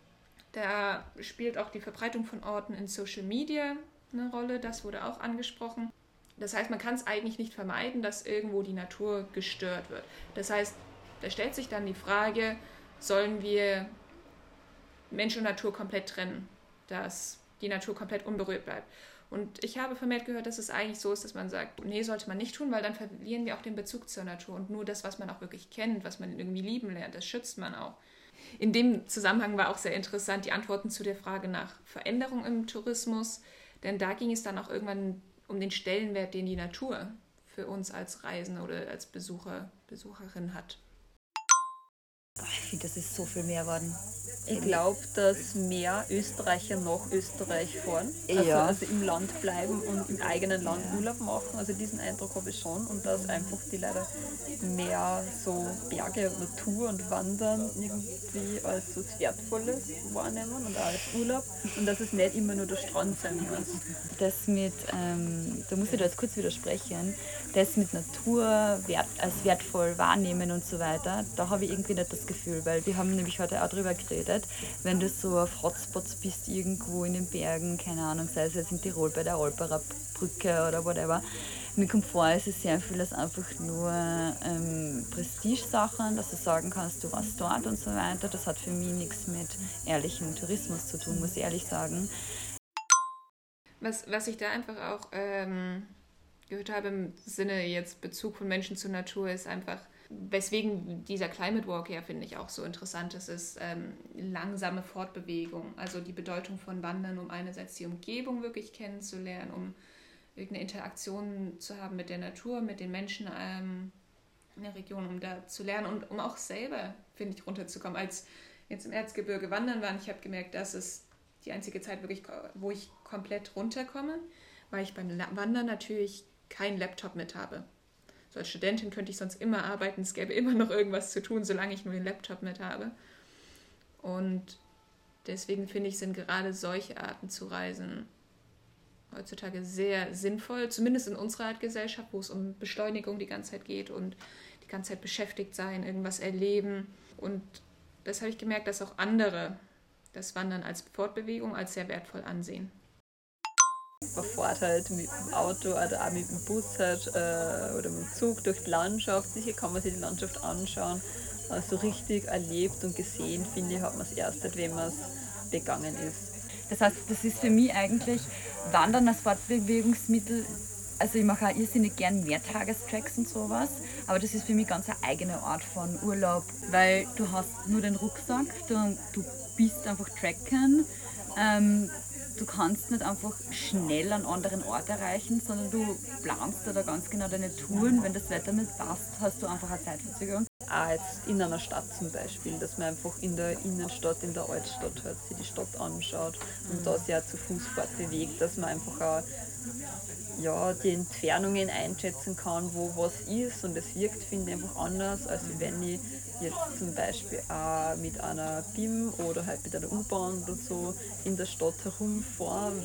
Da spielt auch die Verbreitung von Orten in Social Media eine Rolle, das wurde auch angesprochen. Das heißt, man kann es eigentlich nicht vermeiden, dass irgendwo die Natur gestört wird. Das heißt, Da stellt sich dann die Frage, sollen wir Mensch und Natur komplett trennen, dass die Natur komplett unberührt bleibt. Und ich habe vermehrt gehört, dass es eigentlich so ist, dass man sagt, nee, sollte man nicht tun, weil dann verlieren wir auch den Bezug zur Natur. Und nur das, was man auch wirklich kennt, was man irgendwie lieben lernt, das schützt man auch. In dem Zusammenhang war auch sehr interessant die Antworten zu der Frage nach Veränderung im Tourismus. Denn da ging es dann auch irgendwann um den Stellenwert, den die Natur für uns als Reisende oder als Besucher, Besucherin hat. Ich finde, das ist so viel mehr geworden. Ich glaube, dass mehr Österreicher nach Österreich fahren, also im Land bleiben und im eigenen Land Urlaub machen. Also diesen Eindruck habe ich schon. Und dass einfach die Leute mehr so Berge und Natur und Wandern irgendwie als so Wertvolles wahrnehmen und auch als Urlaub. Und dass es nicht immer nur der Strand sein muss. Das mit, da muss ich da jetzt kurz widersprechen, das mit Natur als wertvoll wahrnehmen und so weiter, da habe ich irgendwie nicht das Gefühl, weil wir haben nämlich heute auch drüber geredet, wenn du so auf Hotspots bist, irgendwo in den Bergen, keine Ahnung, sei es jetzt in Tirol bei der Alperer Brücke oder whatever, mir kommt vor, es ist sehr vieles einfach nur Prestige-Sachen, dass du sagen kannst, du warst dort und so weiter. Das hat für mich nichts mit ehrlichem Tourismus zu tun, muss ich ehrlich sagen. Was ich da einfach auch gehört habe im Sinne jetzt Bezug von Menschen zur Natur ist einfach, weswegen dieser Climate Walk ja, finde ich, auch so interessant ist langsame Fortbewegung. Also die Bedeutung von Wandern, um einerseits die Umgebung wirklich kennenzulernen, um irgendeine Interaktion zu haben mit der Natur, mit den Menschen in der Region, um da zu lernen und um auch selber, finde ich, runterzukommen. Als wir jetzt im Erzgebirge wandern waren, ich habe gemerkt, das ist die einzige Zeit wirklich, wo ich komplett runterkomme, weil ich beim Wandern natürlich keinen Laptop mit habe. So als Studentin könnte ich sonst immer arbeiten, es gäbe immer noch irgendwas zu tun, solange ich nur den Laptop mit habe. Und deswegen finde ich, sind gerade solche Arten zu reisen heutzutage sehr sinnvoll, zumindest in unserer Art Gesellschaft, wo es um Beschleunigung die ganze Zeit geht und die ganze Zeit beschäftigt sein, irgendwas erleben. Und das habe ich gemerkt, dass auch andere das Wandern als Fortbewegung als sehr wertvoll ansehen. Man fährt halt mit dem Auto oder auch mit dem Bus halt, oder mit dem Zug durch die Landschaft. Sicher kann man sich die Landschaft anschauen. So richtig erlebt und gesehen, finde ich, hat man es erst, wenn man es begangen ist. Das heißt, das ist für mich eigentlich Wandern als Fortbewegungsmittel. Also ich mache auch irrsinnig gern Mehrtagestracks und sowas, aber das ist für mich ganz eine eigene Art von Urlaub, weil du hast nur den Rucksack, du bist einfach tracken. Du kannst nicht einfach schnell einen anderen Ort erreichen, sondern du planst da ganz genau deine Touren. Wenn das Wetter nicht passt, hast du einfach eine Zeitverzögerung. Auch jetzt in einer Stadt zum Beispiel, dass man einfach in der Innenstadt, in der Altstadt halt sich die Stadt anschaut und da sich auch zu Fuß fortbewegt, dass man einfach auch die Entfernungen einschätzen kann, wo was ist, und es wirkt, finde ich, einfach anders, als wenn ich jetzt zum Beispiel auch mit einer BIM oder halt mit einer U-Bahn oder so in der Stadt herumfahre.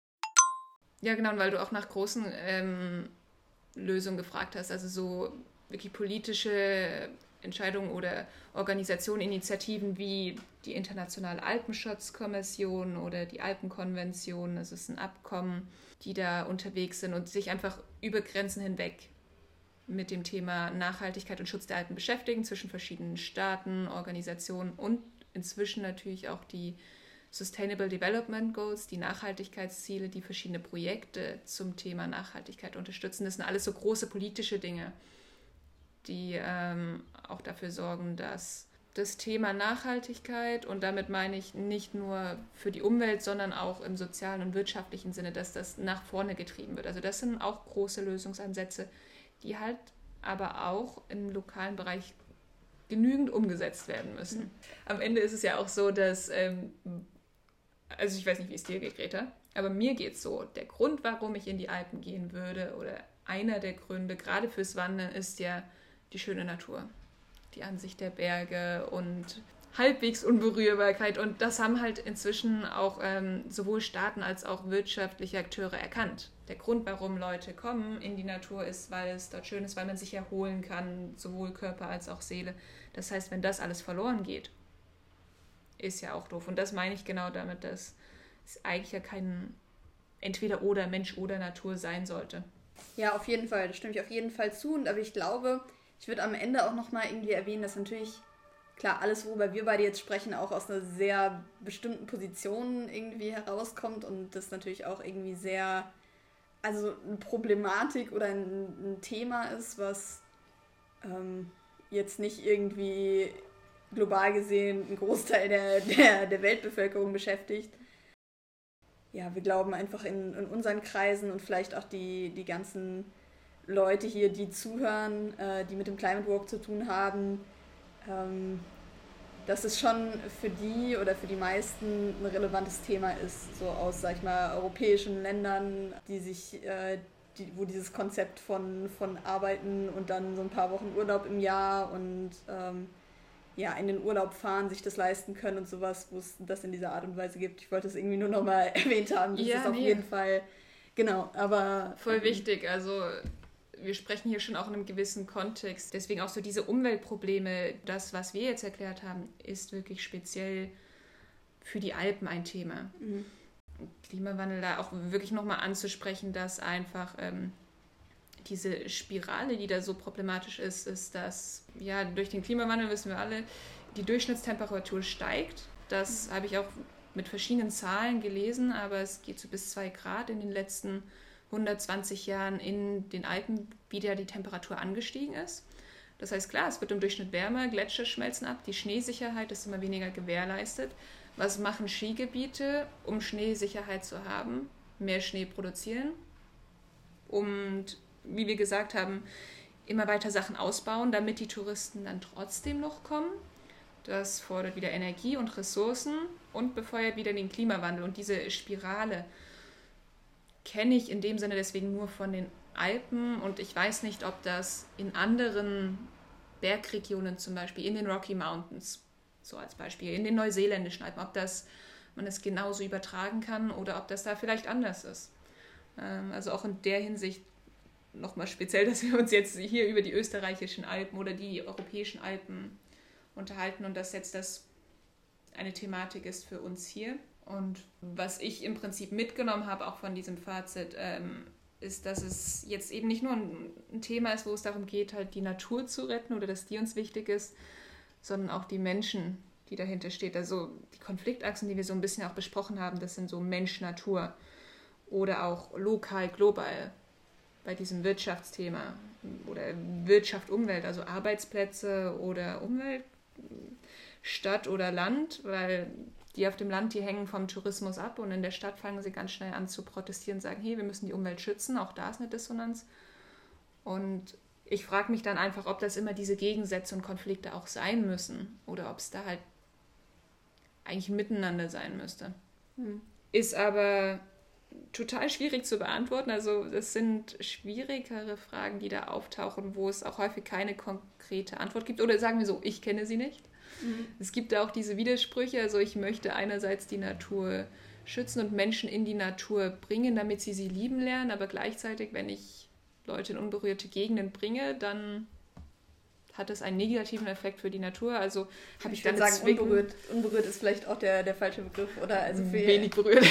Ja, genau, weil du auch nach großen Lösungen gefragt hast, also so wirklich politische Entscheidungen oder Organisationen, Initiativen wie die Internationale Alpenschutzkommission oder die Alpenkonvention, das ist ein Abkommen, die da unterwegs sind und sich einfach über Grenzen hinweg mit dem Thema Nachhaltigkeit und Schutz der Alpen beschäftigen, zwischen verschiedenen Staaten, Organisationen und inzwischen natürlich auch die Sustainable Development Goals, die Nachhaltigkeitsziele, die verschiedene Projekte zum Thema Nachhaltigkeit unterstützen. Das sind alles so große politische Dinge, die auch dafür sorgen, dass das Thema Nachhaltigkeit, und damit meine ich nicht nur für die Umwelt, sondern auch im sozialen und wirtschaftlichen Sinne, dass das nach vorne getrieben wird. Also das sind auch große Lösungsansätze, die halt aber auch im lokalen Bereich genügend umgesetzt werden müssen. Am Ende ist es ja auch so, dass, also ich weiß nicht, wie es dir geht, Greta, aber mir geht es so, der Grund, warum ich in die Alpen gehen würde, oder einer der Gründe, gerade fürs Wandern, ist ja die schöne Natur. Die Ansicht der Berge und halbwegs Unberührbarkeit. Und das haben halt inzwischen auch sowohl Staaten als auch wirtschaftliche Akteure erkannt. Der Grund, warum Leute kommen in die Natur, ist, weil es dort schön ist, weil man sich erholen kann, sowohl Körper als auch Seele. Das heißt, wenn das alles verloren geht, ist ja auch doof. Und das meine ich genau damit, dass es eigentlich ja kein Entweder-oder, Mensch oder Natur sein sollte. Ja, auf jeden Fall. Da stimme ich auf jeden Fall zu. Aber ich glaube, Ich würde am Ende auch nochmal irgendwie erwähnen, dass natürlich, klar, alles, worüber wir beide jetzt sprechen, auch aus einer sehr bestimmten Position irgendwie herauskommt und das natürlich auch irgendwie sehr, also eine Problematik oder ein Thema ist, was jetzt nicht irgendwie global gesehen einen Großteil der Weltbevölkerung beschäftigt. Ja, wir glauben einfach in unseren Kreisen und vielleicht auch die ganzen Leute hier, die zuhören, die mit dem Climate Walk zu tun haben, dass es schon für die oder für die meisten ein relevantes Thema ist, so aus, sag ich mal, europäischen Ländern, wo dieses Konzept von Arbeiten und dann so ein paar Wochen Urlaub im Jahr und in den Urlaub fahren, sich das leisten können und sowas, wo es das in dieser Art und Weise gibt. Ich wollte es irgendwie nur nochmal erwähnt haben. Das ist auf jeden Fall, genau, aber... Voll wichtig, also wir sprechen hier schon auch in einem gewissen Kontext. Deswegen auch so diese Umweltprobleme, das, was wir jetzt erklärt haben, ist wirklich speziell für die Alpen ein Thema. Mhm. Klimawandel da auch wirklich nochmal anzusprechen, dass einfach diese Spirale, die da so problematisch ist, dass ja durch den Klimawandel, wissen wir alle, die Durchschnittstemperatur steigt. Das habe ich auch mit verschiedenen Zahlen gelesen, aber es geht so bis 2 Grad in den letzten 120 Jahren in den Alpen wieder die Temperatur angestiegen ist. Das heißt, klar, es wird im Durchschnitt wärmer, Gletscher schmelzen ab, die Schneesicherheit ist immer weniger gewährleistet. Was machen Skigebiete, um Schneesicherheit zu haben? Mehr Schnee produzieren und, wie wir gesagt haben, immer weiter Sachen ausbauen, damit die Touristen dann trotzdem noch kommen. Das fordert wieder Energie und Ressourcen und befeuert wieder den Klimawandel. Und diese Spirale kenne ich in dem Sinne deswegen nur von den Alpen und ich weiß nicht, ob das in anderen Bergregionen, zum Beispiel in den Rocky Mountains, so als Beispiel, in den neuseeländischen Alpen, ob man es genauso übertragen kann oder ob das da vielleicht anders ist. Also auch in der Hinsicht nochmal speziell, dass wir uns jetzt hier über die österreichischen Alpen oder die europäischen Alpen unterhalten und dass jetzt das eine Thematik ist für uns hier. Und was ich im Prinzip mitgenommen habe, auch von diesem Fazit, ist, dass es jetzt eben nicht nur ein Thema ist, wo es darum geht, halt die Natur zu retten oder dass die uns wichtig ist, sondern auch die Menschen, die dahinter steht. Also die Konfliktachsen, die wir so ein bisschen auch besprochen haben, das sind so Mensch-Natur oder auch lokal-global bei diesem Wirtschaftsthema oder Wirtschaft-Umwelt, also Arbeitsplätze oder Umwelt, Stadt oder Land, weil die auf dem Land, die hängen vom Tourismus ab und in der Stadt fangen sie ganz schnell an zu protestieren und sagen, hey, wir müssen die Umwelt schützen, auch da ist eine Dissonanz. Und ich frage mich dann einfach, ob das immer diese Gegensätze und Konflikte auch sein müssen oder ob es da halt eigentlich miteinander sein müsste. Ist aber total schwierig zu beantworten. Also das sind schwierigere Fragen, die da auftauchen, wo es auch häufig keine konkrete Antwort gibt. Oder sagen wir so, ich kenne sie nicht. Es gibt da auch diese Widersprüche. Also ich möchte einerseits die Natur schützen und Menschen in die Natur bringen, damit sie lieben lernen. Aber gleichzeitig, wenn ich Leute in unberührte Gegenden bringe, dann hat das einen negativen Effekt für die Natur. Also habe ich dann sagen, unberührt ist vielleicht auch der falsche Begriff, oder? Also für wenig berührt.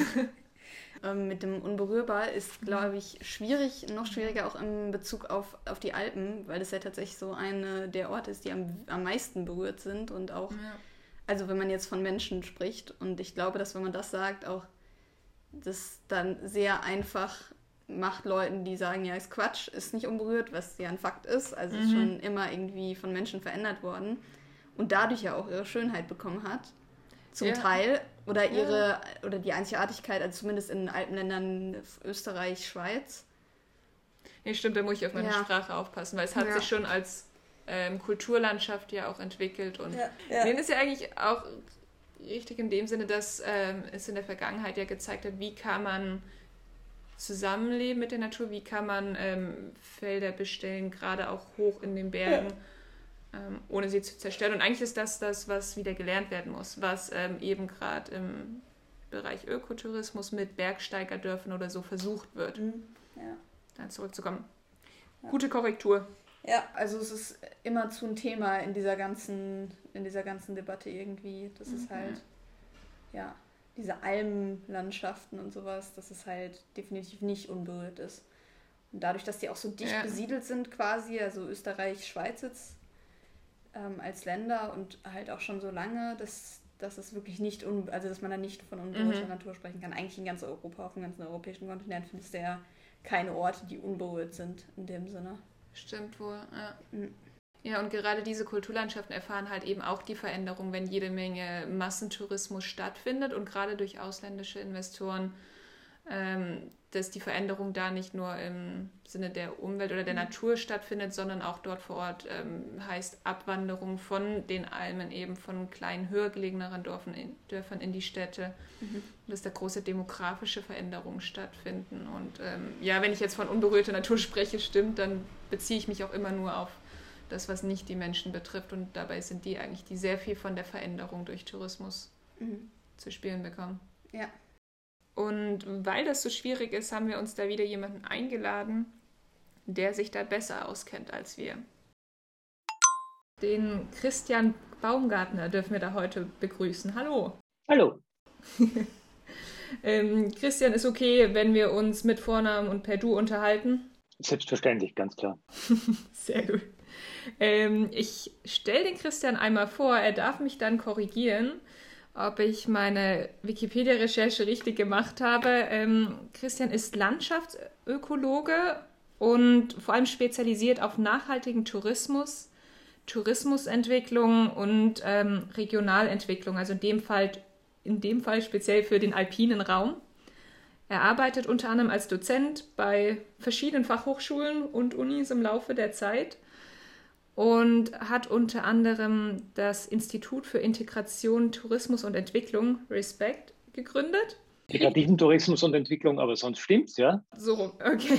Mit dem Unberührbar ist, glaube ich, noch schwieriger auch in Bezug auf die Alpen, weil das ja tatsächlich so eine der Orte ist, die am meisten berührt sind und auch, also wenn man jetzt von Menschen spricht und ich glaube, dass wenn man das sagt, auch das dann sehr einfach macht Leuten, die sagen, ja, ist Quatsch, ist nicht unberührt, was ja ein Fakt ist, also ist schon immer irgendwie von Menschen verändert worden und dadurch ja auch ihre Schönheit bekommen hat, zum Teil, oder oder die Einzigartigkeit, also zumindest in Alpenländern Österreich, Schweiz. Nee, stimmt, da muss ich auf meine Sprache aufpassen, weil es hat sich schon als Kulturlandschaft ja auch entwickelt und denen ist ja eigentlich auch richtig in dem Sinne, dass es in der Vergangenheit ja gezeigt hat, wie kann man zusammenleben mit der Natur, wie kann man Felder bestellen, gerade auch hoch in den Bergen, ohne sie zu zerstören. Und eigentlich ist das, was wieder gelernt werden muss, was eben gerade im Bereich Ökotourismus mit Bergsteigerdörfern oder so versucht wird, dann zurückzukommen. Ja. Gute Korrektur. Ja, also es ist immer zu ein Thema in dieser ganzen Debatte irgendwie. Das ist halt, diese Almlandschaften und sowas, dass es halt definitiv nicht unberührt ist. Und dadurch, dass die auch so dicht besiedelt sind quasi, also Österreich, Schweiz jetzt als Länder und halt auch schon so lange, dass es wirklich nicht, also dass man da nicht von unberührter Natur sprechen kann. Eigentlich in ganz Europa, auf dem ganzen europäischen Kontinent findest du ja keine Orte, die unberührt sind in dem Sinne. Stimmt wohl, ja. Ja, und gerade diese Kulturlandschaften erfahren halt eben auch die Veränderung, wenn jede Menge Massentourismus stattfindet und gerade durch ausländische Investoren, dass die Veränderung da nicht nur im Sinne der Umwelt oder der Natur stattfindet, sondern auch dort vor Ort heißt Abwanderung von den Almen, eben von kleinen, höher gelegeneren Dörfern in die Städte. Dass da große demografische Veränderungen stattfinden. Und wenn ich jetzt von unberührter Natur spreche, stimmt, dann beziehe ich mich auch immer nur auf das, was nicht die Menschen betrifft. Und dabei sind die eigentlich, die sehr viel von der Veränderung durch Tourismus zu spüren bekommen. Ja. Und weil das so schwierig ist, haben wir uns da wieder jemanden eingeladen, der sich da besser auskennt als wir. Den Christian Baumgartner dürfen wir da heute begrüßen. Hallo. Hallo. Christian, ist okay, wenn wir uns mit Vornamen und per Du unterhalten? Selbstverständlich, ganz klar. Sehr gut. Ich stelle den Christian einmal vor, er darf mich dann korrigieren, ob ich meine Wikipedia-Recherche richtig gemacht habe. Christian ist Landschaftsökologe und vor allem spezialisiert auf nachhaltigen Tourismus, Tourismusentwicklung und Regionalentwicklung, also in dem Fall speziell für den alpinen Raum. Er arbeitet unter anderem als Dozent bei verschiedenen Fachhochschulen und Unis im Laufe der Zeit und hat unter anderem das Institut für Integration, Tourismus und Entwicklung, RESPECT, gegründet. Integrativen Tourismus und Entwicklung, aber sonst stimmt's, ja? So, okay.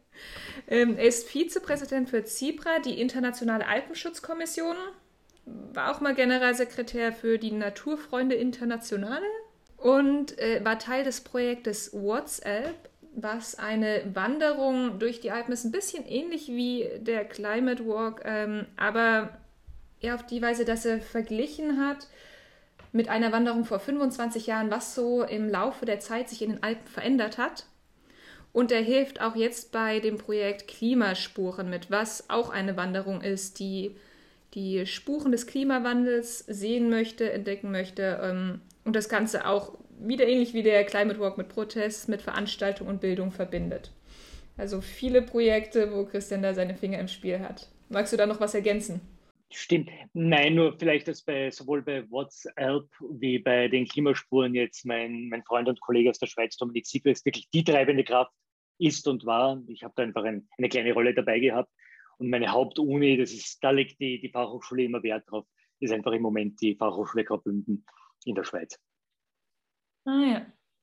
Er ist Vizepräsident für CIPRA, die Internationale Alpenschutzkommission, war auch mal Generalsekretär für die Naturfreunde Internationale und war Teil des Projektes WhatsApp, was eine Wanderung durch die Alpen ist, ein bisschen ähnlich wie der Climate Walk, aber eher auf die Weise, dass er verglichen hat mit einer Wanderung vor 25 Jahren, was so im Laufe der Zeit sich in den Alpen verändert hat. Und er hilft auch jetzt bei dem Projekt Klimaspuren mit, was auch eine Wanderung ist, die die Spuren des Klimawandels sehen möchte, entdecken möchte und das Ganze auch wieder ähnlich wie der Climate Walk mit Protest, mit Veranstaltung und Bildung verbindet. Also viele Projekte, wo Christian da seine Finger im Spiel hat. Magst du da noch was ergänzen? Stimmt. Nein, nur vielleicht, dass sowohl bei WhatsApp wie bei den Klimaspuren jetzt mein Freund und Kollege aus der Schweiz, Dominik Sigrist, wirklich die treibende Kraft ist und war. Ich habe da einfach eine kleine Rolle dabei gehabt. Und meine Hauptuni, da legt die Fachhochschule immer Wert drauf, ist einfach im Moment die Fachhochschule Graubünden in der Schweiz. Ah ja,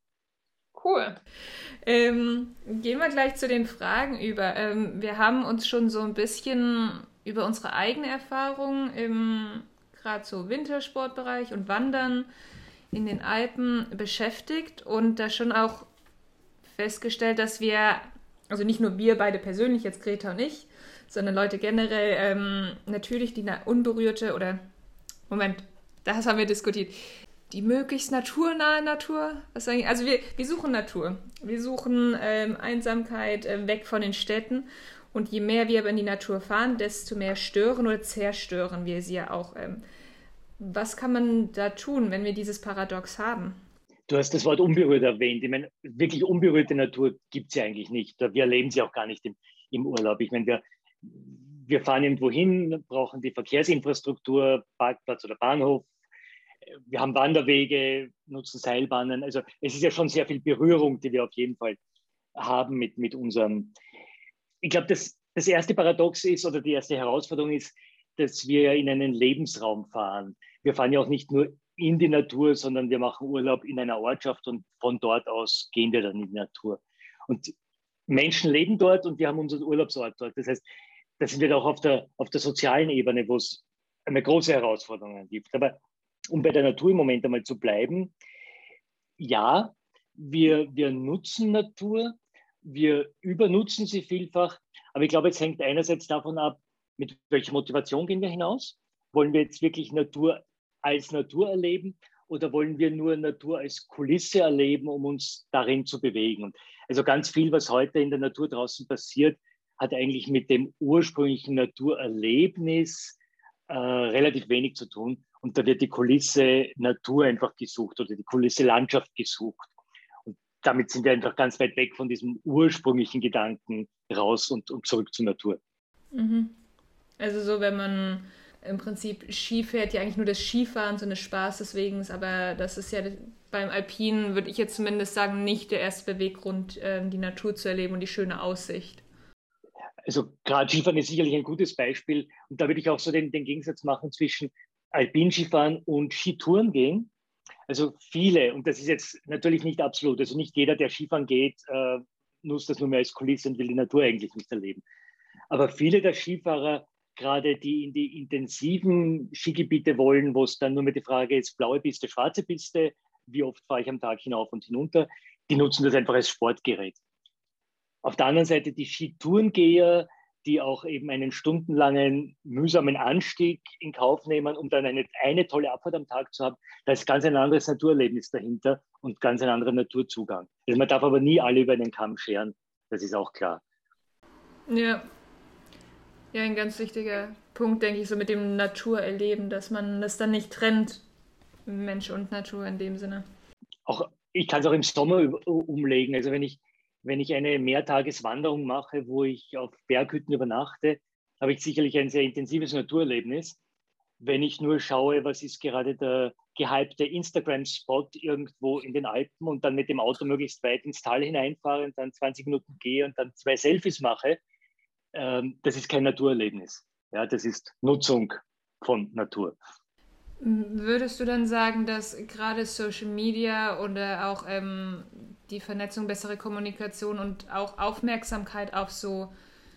cool. Gehen wir gleich zu den Fragen über. Wir haben uns schon so ein bisschen über unsere eigene Erfahrung im gerade so Wintersportbereich und Wandern in den Alpen beschäftigt und da schon auch festgestellt, dass wir, also nicht nur wir beide persönlich, jetzt Greta und ich, sondern Leute generell, natürlich die unberührte oder, Moment, das haben wir diskutiert, die möglichst naturnahe Natur. Also wir suchen Natur. Wir suchen Einsamkeit, weg von den Städten. Und je mehr wir aber in die Natur fahren, desto mehr stören oder zerstören wir sie ja auch. Was kann man da tun, wenn wir dieses Paradox haben? Du hast das Wort unberührt erwähnt. Ich meine, wirklich unberührte Natur gibt es ja eigentlich nicht. Wir erleben sie auch gar nicht im Urlaub. Ich meine, wir fahren irgendwo hin, brauchen die Verkehrsinfrastruktur, Parkplatz oder Bahnhof. Wir haben Wanderwege, nutzen Seilbahnen. Also es ist ja schon sehr viel Berührung, die wir auf jeden Fall haben mit unserem. Ich glaube, das erste Paradox ist oder die erste Herausforderung ist, dass wir in einen Lebensraum fahren. Wir fahren ja auch nicht nur in die Natur, sondern wir machen Urlaub in einer Ortschaft und von dort aus gehen wir dann in die Natur. Und Menschen leben dort und wir haben unseren Urlaubsort dort. Das heißt, das sind wir auch auf der sozialen Ebene, wo es eine große Herausforderung gibt. Aber um bei der Natur im Moment einmal zu bleiben, ja, wir nutzen Natur, wir übernutzen sie vielfach, aber ich glaube, es hängt einerseits davon ab, mit welcher Motivation gehen wir hinaus? Wollen wir jetzt wirklich Natur als Natur erleben oder wollen wir nur Natur als Kulisse erleben, um uns darin zu bewegen? Und also ganz viel, was heute in der Natur draußen passiert, hat eigentlich mit dem ursprünglichen Naturerlebnis relativ wenig zu tun. Und da wird die Kulisse Natur einfach gesucht oder die Kulisse Landschaft gesucht. Und damit sind wir einfach ganz weit weg von diesem ursprünglichen Gedanken raus und zurück zur Natur. Mhm. Also so, wenn man im Prinzip Ski fährt, ja eigentlich nur des Skifahrens und des Spaßes wegen, aber das ist ja beim Alpinen, würde ich jetzt zumindest sagen, nicht der erste Beweggrund, die Natur zu erleben und die schöne Aussicht. Also gerade Skifahren ist sicherlich ein gutes Beispiel und da würde ich auch so den Gegensatz machen zwischen Alpinskifahren und Skitouren gehen. Also viele, und das ist jetzt natürlich nicht absolut, also nicht jeder, der Skifahren geht, nutzt das nur mehr als Kulisse und will die Natur eigentlich nicht erleben. Aber viele der Skifahrer, gerade die in die intensiven Skigebiete wollen, wo es dann nur mehr die Frage ist, blaue Piste, schwarze Piste, wie oft fahre ich am Tag hinauf und hinunter, die nutzen das einfach als Sportgerät. Auf der anderen Seite die Skitourengeher, die auch eben einen stundenlangen, mühsamen Anstieg in Kauf nehmen, um dann eine tolle Abfahrt am Tag zu haben. Da ist ganz ein anderes Naturerlebnis dahinter und ganz ein anderer Naturzugang. Also man darf aber nie alle über den Kamm scheren, das ist auch klar. Ja. Ja, ein ganz wichtiger Punkt, denke ich, so mit dem Naturerleben, dass man das dann nicht trennt, Mensch und Natur in dem Sinne. Auch, ich kann es auch im Sommer umlegen. Also wenn ich eine Mehrtageswanderung mache, wo ich auf Berghütten übernachte, habe ich sicherlich ein sehr intensives Naturerlebnis. Wenn ich nur schaue, was ist gerade der gehypte Instagram-Spot irgendwo in den Alpen und dann mit dem Auto möglichst weit ins Tal hineinfahre und dann 20 Minuten gehe und dann 2 Selfies mache, das ist kein Naturerlebnis. Ja, das ist Nutzung von Natur. Würdest du dann sagen, dass gerade Social Media oder auch die Vernetzung, bessere Kommunikation und auch Aufmerksamkeit auf so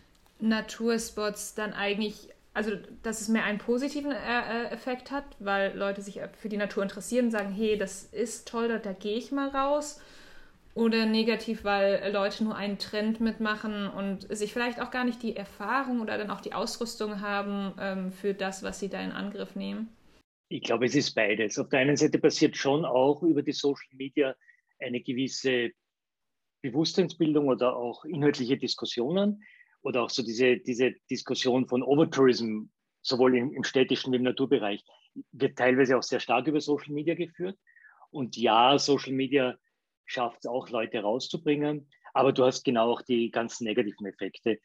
Naturspots dann eigentlich, also dass es mehr einen positiven Effekt hat, weil Leute sich für die Natur interessieren und sagen, hey, das ist toll, da gehe ich mal raus? Oder negativ, weil Leute nur einen Trend mitmachen und sich vielleicht auch gar nicht die Erfahrung oder dann auch die Ausrüstung haben für das, was sie da in Angriff nehmen? Ich glaube, es ist beides. Auf der einen Seite passiert schon auch über die Social Media eine gewisse Bewusstseinsbildung oder auch inhaltliche Diskussionen oder auch so diese Diskussion von Overtourism, sowohl im städtischen wie im Naturbereich, wird teilweise auch sehr stark über Social Media geführt. Und ja, Social Media schafft es auch, Leute rauszubringen, aber du hast genau auch die ganzen negativen Effekte.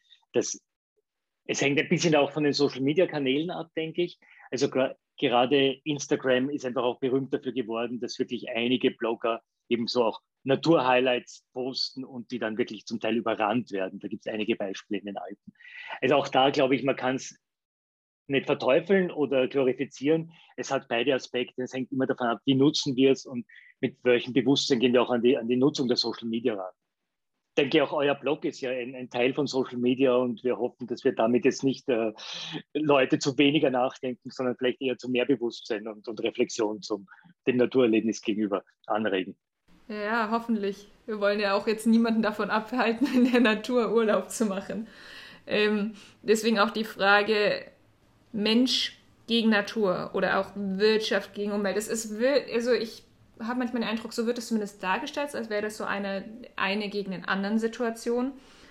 Es hängt ein bisschen auch von den Social Media Kanälen ab, denke ich. Also gerade Instagram ist einfach auch berühmt dafür geworden, dass wirklich einige Blogger eben so auch Naturhighlights posten und die dann wirklich zum Teil überrannt werden. Da gibt es einige Beispiele in den Alpen. Also auch da glaube ich, man kann es nicht verteufeln oder glorifizieren. Es hat beide Aspekte. Es hängt immer davon ab, wie nutzen wir es und mit welchem Bewusstsein gehen wir auch an die Nutzung der Social Media ran. Ich denke, auch euer Blog ist ja ein Teil von Social Media und wir hoffen, dass wir damit jetzt nicht Leute zu weniger nachdenken, sondern vielleicht eher zu mehr Bewusstsein und Reflexion dem Naturerlebnis gegenüber anregen. Ja, hoffentlich. Wir wollen ja auch jetzt niemanden davon abhalten, in der Natur Urlaub zu machen. Deswegen auch die Frage Mensch gegen Natur oder auch Wirtschaft gegen Umwelt. Also ich habe manchmal den Eindruck, so wird es zumindest dargestellt, als wäre das so eine gegen den anderen Situation.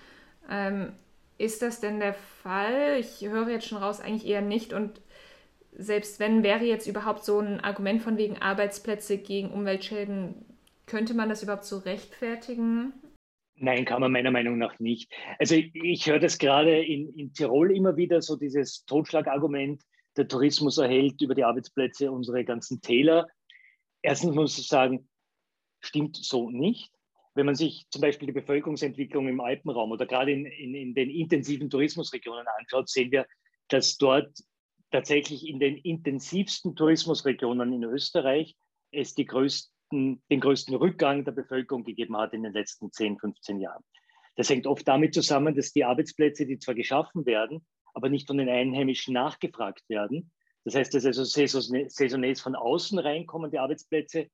Ist das denn der Fall? Ich höre jetzt schon raus, eigentlich eher nicht. Und selbst wenn, wäre jetzt überhaupt so ein Argument von wegen Arbeitsplätze gegen Umweltschäden, könnte man das überhaupt so rechtfertigen? Nein, kann man meiner Meinung nach nicht. Also ich höre das gerade in Tirol immer wieder, so dieses Totschlagargument, der Tourismus erhält über die Arbeitsplätze unsere ganzen Täler. Erstens muss ich sagen, stimmt so nicht. Wenn man sich zum Beispiel die Bevölkerungsentwicklung im Alpenraum oder gerade in den intensiven Tourismusregionen anschaut, sehen wir, dass dort tatsächlich in den intensivsten Tourismusregionen in Österreich es den größten Rückgang der Bevölkerung gegeben hat in den letzten 10, 15 Jahren. Das hängt oft damit zusammen, dass die Arbeitsplätze, die zwar geschaffen werden, aber nicht von den Einheimischen nachgefragt werden. Das heißt, dass also Saisonniers von außen reinkommen, die Arbeitsplätze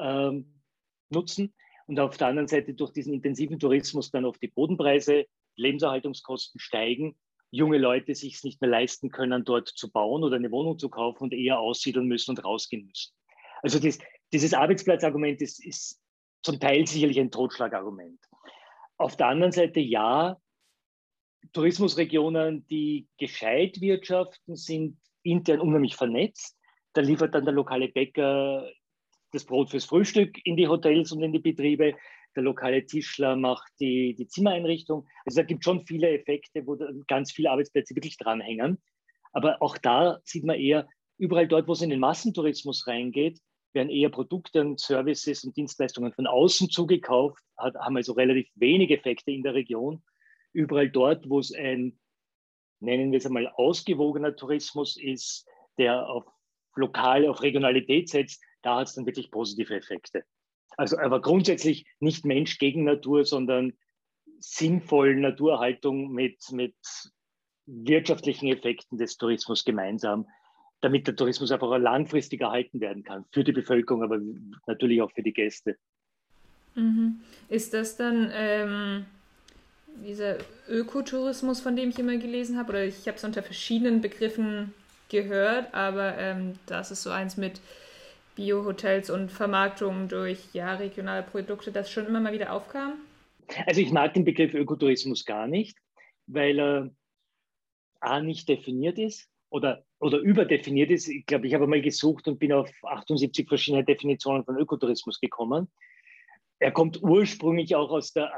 nutzen und auf der anderen Seite durch diesen intensiven Tourismus dann oft die Bodenpreise, Lebenserhaltungskosten steigen, junge Leute sich es nicht mehr leisten können, dort zu bauen oder eine Wohnung zu kaufen und eher aussiedeln müssen und rausgehen müssen. Also dieses Arbeitsplatzargument ist zum Teil sicherlich ein Totschlagargument. Auf der anderen Seite ja, Tourismusregionen, die gescheit wirtschaften, sind intern unheimlich vernetzt. Da liefert dann der lokale Bäcker das Brot fürs Frühstück in die Hotels und in die Betriebe. Der lokale Tischler macht die Zimmereinrichtung. Also da gibt es schon viele Effekte, wo ganz viele Arbeitsplätze wirklich dranhängen. Aber auch da sieht man eher, überall dort, wo es in den Massentourismus reingeht, werden eher Produkte und Services und Dienstleistungen von außen zugekauft, haben also relativ wenig Effekte in der Region. Überall dort, wo es ein, nennen wir es einmal, ausgewogener Tourismus ist, der auf Regionalität setzt, da hat es dann wirklich positive Effekte. Also aber grundsätzlich nicht Mensch gegen Natur, sondern sinnvolle Naturerhaltung mit wirtschaftlichen Effekten des Tourismus gemeinsam, damit der Tourismus einfach auch langfristig erhalten werden kann, für die Bevölkerung, aber natürlich auch für die Gäste. Mhm. Ist das dann dieser Ökotourismus, von dem ich immer gelesen habe, oder ich habe es unter verschiedenen Begriffen gehört, aber das ist so eins mit Biohotels und Vermarktung durch regionale Produkte, das schon immer mal wieder aufkam? Also ich mag den Begriff Ökotourismus gar nicht, weil er A nicht definiert ist oder überdefiniert ist. Ich glaube, ich habe mal gesucht und bin auf 78 verschiedene Definitionen von Ökotourismus gekommen. Er kommt ursprünglich auch aus der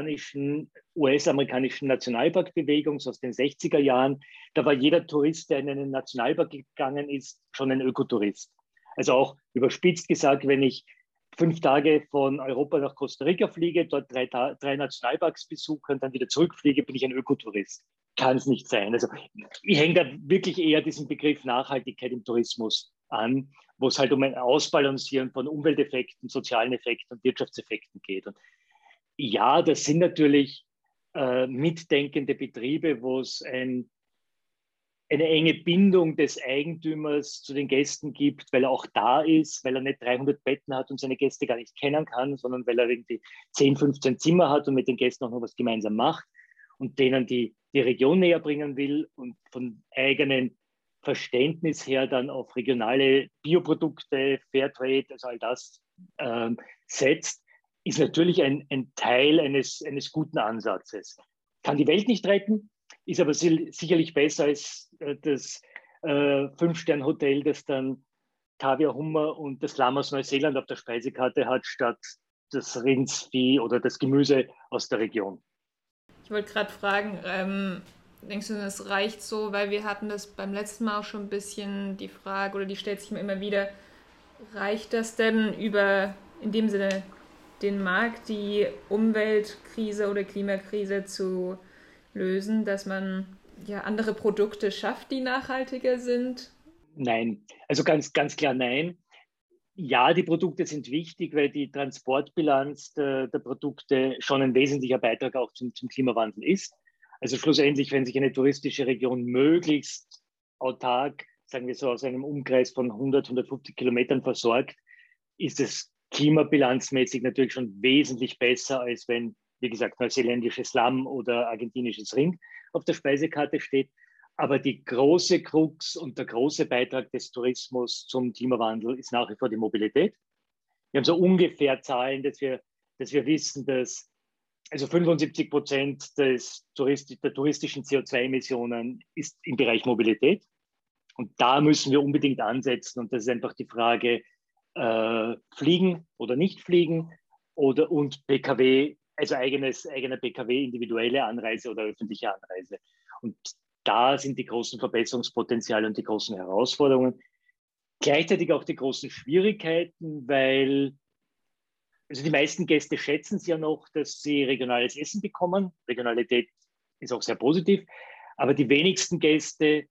US-amerikanischen Nationalparkbewegung, so aus den 60er Jahren. Da war jeder Tourist, der in einen Nationalpark gegangen ist, schon ein Ökotourist. Also auch überspitzt gesagt, wenn ich 5 Tage von Europa nach Costa Rica fliege, dort 3 Nationalparks besuche und dann wieder zurückfliege, bin ich ein Ökotourist. Kann es nicht sein. Also ich hänge da wirklich eher diesen Begriff Nachhaltigkeit im Tourismus an, wo es halt um ein Ausbalancieren von Umwelteffekten, sozialen Effekten und Wirtschaftseffekten geht. Und ja, das sind natürlich mitdenkende Betriebe, wo es eine enge Bindung des Eigentümers zu den Gästen gibt, weil er auch da ist, weil er nicht 300 Betten hat und seine Gäste gar nicht kennen kann, sondern weil er irgendwie 10, 15 Zimmer hat und mit den Gästen auch noch was gemeinsam macht und denen die Region näher bringen will und von eigenen Verständnis her dann auf regionale Bioprodukte, Fairtrade, also all das setzt, ist natürlich ein Teil eines guten Ansatzes. Kann die Welt nicht retten, ist aber sicherlich besser als das 5-Sterne-Hotel, das dann Kaviar, Hummer und das Lamm aus Neuseeland auf der Speisekarte hat, statt das Rindsvieh oder das Gemüse aus der Region. Ich wollte gerade fragen, denkst du, das reicht so, weil wir hatten das beim letzten Mal auch schon ein bisschen die Frage, oder die stellt sich mir immer wieder, reicht das denn über, in dem Sinne, den Markt, die Umweltkrise oder Klimakrise zu lösen, dass man andere Produkte schafft, die nachhaltiger sind? Nein, also ganz, ganz klar nein. Ja, die Produkte sind wichtig, weil die Transportbilanz der Produkte schon ein wesentlicher Beitrag auch zum Klimawandel ist. Also schlussendlich, wenn sich eine touristische Region möglichst autark, sagen wir so, aus einem Umkreis von 100, 150 Kilometern versorgt, ist es klimabilanzmäßig natürlich schon wesentlich besser, als wenn, wie gesagt, neuseeländisches Lamm oder argentinisches Rind auf der Speisekarte steht. Aber die große Krux und der große Beitrag des Tourismus zum Klimawandel ist nach wie vor die Mobilität. Wir haben so ungefähr Zahlen, dass wir wissen, dass also 75% der touristischen CO2-Emissionen ist im Bereich Mobilität. Und da müssen wir unbedingt ansetzen. Und das ist einfach die Frage, fliegen oder nicht fliegen und PKW, also eigener PKW, individuelle Anreise oder öffentliche Anreise. Und da sind die großen Verbesserungspotenziale und die großen Herausforderungen. Gleichzeitig auch die großen Schwierigkeiten, weil also die meisten Gäste schätzen es ja noch, dass sie regionales Essen bekommen. Regionalität ist auch sehr positiv. Aber die wenigsten Gäste,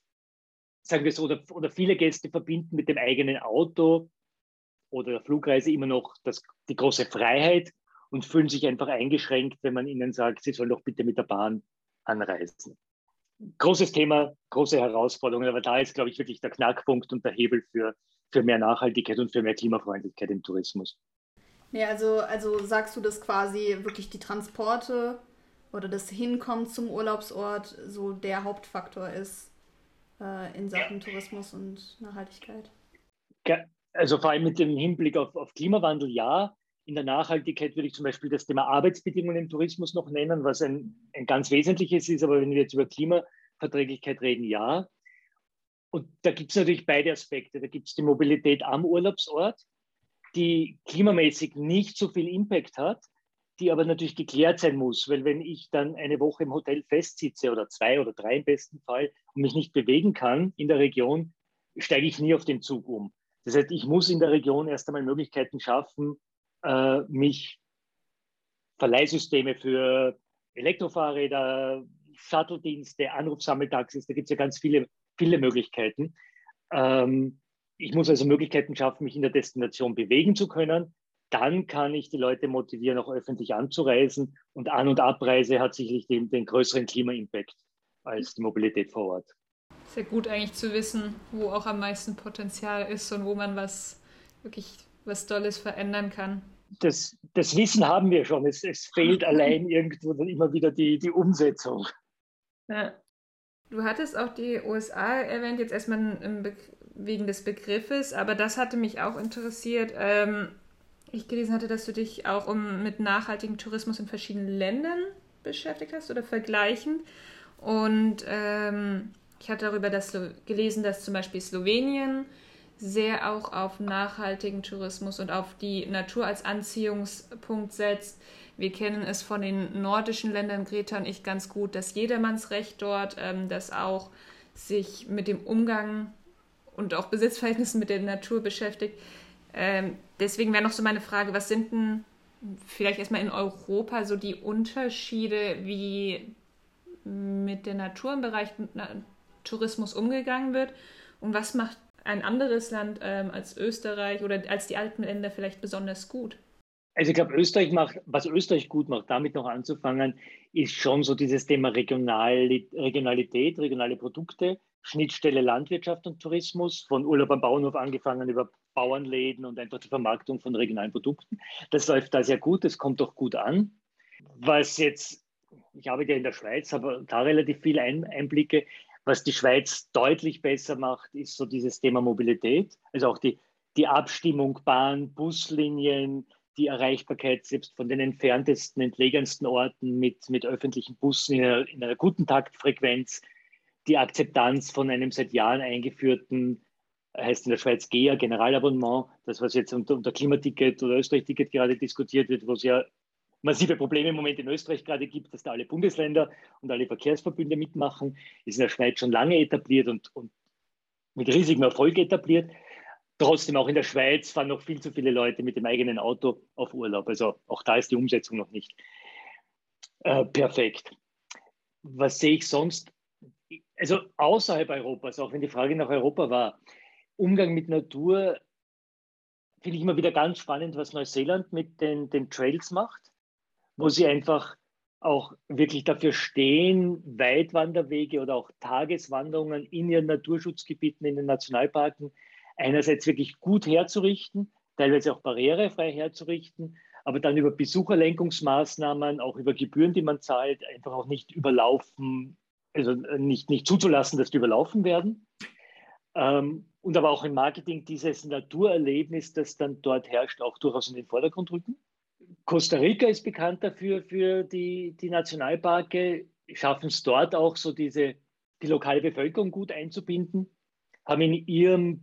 sagen wir so, oder viele Gäste verbinden mit dem eigenen Auto oder der Flugreise immer noch die große Freiheit und fühlen sich einfach eingeschränkt, wenn man ihnen sagt, sie sollen doch bitte mit der Bahn anreisen. Großes Thema, große Herausforderungen, aber da ist, glaube ich, wirklich der Knackpunkt und der Hebel für mehr Nachhaltigkeit und für mehr Klimafreundlichkeit im Tourismus. Ja, also sagst du, dass quasi wirklich die Transporte oder das Hinkommen zum Urlaubsort so der Hauptfaktor ist in Sachen Tourismus und Nachhaltigkeit? Also vor allem mit dem Hinblick auf Klimawandel, ja. In der Nachhaltigkeit würde ich zum Beispiel das Thema Arbeitsbedingungen im Tourismus noch nennen, was ein ganz wesentliches ist. Aber wenn wir jetzt über Klimaverträglichkeit reden, ja. Und da gibt es natürlich beide Aspekte. Da gibt es die Mobilität am Urlaubsort, die klimamäßig nicht so viel Impact hat, die aber natürlich geklärt sein muss. Weil wenn ich dann eine Woche im Hotel festsitze oder 2 oder 3 im besten Fall und mich nicht bewegen kann in der Region, steige ich nie auf den Zug um. Das heißt, ich muss in der Region erst einmal Möglichkeiten schaffen, mich Verleihsysteme für Elektrofahrräder, Shuttle-Dienste, Anrufsammeltaxis, da gibt es ja ganz viele Möglichkeiten. Ich muss also Möglichkeiten schaffen, mich in der Destination bewegen zu können. Dann kann ich die Leute motivieren, auch öffentlich anzureisen. Und An- und Abreise hat sicherlich den größeren Klima-Impact als die Mobilität vor Ort. Sehr gut eigentlich zu wissen, wo auch am meisten Potenzial ist und wo man wirklich was Tolles verändern kann. Das Wissen haben wir schon. Es fehlt allein irgendwo dann immer wieder die Umsetzung. Ja. Du hattest auch die USA erwähnt, jetzt erstmal wegen des Begriffes, aber das hatte mich auch interessiert. Ich gelesen hatte, dass du dich auch mit nachhaltigem Tourismus in verschiedenen Ländern beschäftigt hast oder vergleichend. Und ich hatte darüber gelesen, dass zum Beispiel Slowenien sehr auch auf nachhaltigen Tourismus und auf die Natur als Anziehungspunkt setzt. Wir kennen es von den nordischen Ländern, Greta und ich, ganz gut, das Jedermannsrecht dort, das auch sich mit dem Umgang und auch Besitzverhältnissen mit der Natur beschäftigt. Deswegen wäre noch so meine Frage, was sind denn vielleicht erstmal in Europa so die Unterschiede, wie mit der Natur im Bereich Tourismus umgegangen wird und was macht ein anderes Land als Österreich oder als die alten Länder vielleicht besonders gut? Also ich glaube, was Österreich gut macht, damit noch anzufangen, ist schon so dieses Thema Regionalität, regionale Produkte, Schnittstelle Landwirtschaft und Tourismus, von Urlaub am Bauernhof angefangen über Bauernläden und einfach die Vermarktung von regionalen Produkten. Das läuft da sehr gut, das kommt auch gut an. Ich arbeite ja in der Schweiz, habe da relativ viele Einblicke. Was die Schweiz deutlich besser macht, ist so dieses Thema Mobilität, also auch die Abstimmung Bahn, Buslinien, die Erreichbarkeit selbst von den entferntesten, entlegensten Orten mit öffentlichen Bussen in einer guten Taktfrequenz, die Akzeptanz von einem seit Jahren eingeführten, heißt in der Schweiz GEA, Generalabonnement, das was jetzt unter Klimaticket oder Österreich-Ticket gerade diskutiert wird, wo es ja massive Probleme im Moment in Österreich gerade gibt, dass da alle Bundesländer und alle Verkehrsverbünde mitmachen, ist in der Schweiz schon lange etabliert und mit riesigem Erfolg etabliert. Trotzdem auch in der Schweiz fahren noch viel zu viele Leute mit dem eigenen Auto auf Urlaub. Also auch da ist die Umsetzung noch nicht perfekt. Was sehe ich sonst? Also außerhalb Europas, auch wenn die Frage nach Europa war, Umgang mit Natur finde ich immer wieder ganz spannend, was Neuseeland mit den Trails macht, wo sie einfach auch wirklich dafür stehen, Weitwanderwege oder auch Tageswanderungen in ihren Naturschutzgebieten, in den Nationalparken einerseits wirklich gut herzurichten, teilweise auch barrierefrei herzurichten, aber dann über Besucherlenkungsmaßnahmen, auch über Gebühren, die man zahlt, einfach auch nicht überlaufen, also nicht zuzulassen, dass die überlaufen werden. Und aber auch im Marketing dieses Naturerlebnis, das dann dort herrscht, auch durchaus in den Vordergrund rücken. Costa Rica ist bekannt dafür, für die Nationalparke, schaffen es dort auch so die lokale Bevölkerung gut einzubinden, haben in ihrem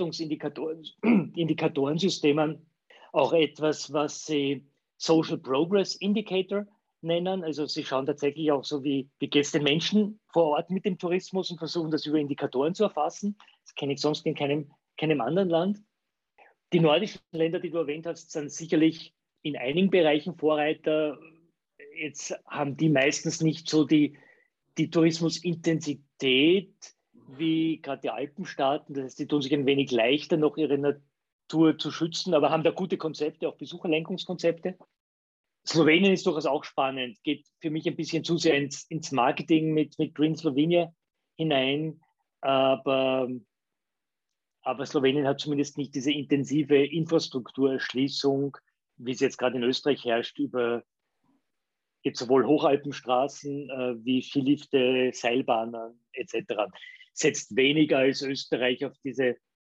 Bewertungsindikatorensystemen auch etwas, was sie Social Progress Indicator nennen. Also sie schauen tatsächlich auch so, wie geht es den Menschen vor Ort mit dem Tourismus und versuchen das über Indikatoren zu erfassen. Das kenne ich sonst in keinem anderen Land. Die nordischen Länder, die du erwähnt hast, sind sicherlich in einigen Bereichen Vorreiter. Jetzt haben die meistens nicht so die Tourismusintensität wie gerade die Alpenstaaten. Das heißt, die tun sich ein wenig leichter, noch ihre Natur zu schützen, aber haben da gute Konzepte, auch Besucherlenkungskonzepte. Slowenien ist durchaus auch spannend, geht für mich ein bisschen zu sehr ins Marketing mit Green Slovenia hinein, aber Slowenien hat zumindest nicht diese intensive Infrastrukturerschließung, wie es jetzt gerade in Österreich herrscht, über jetzt sowohl Hochalpenstraßen wie Skilifte, Seilbahnen etc. Setzt weniger als Österreich auf diese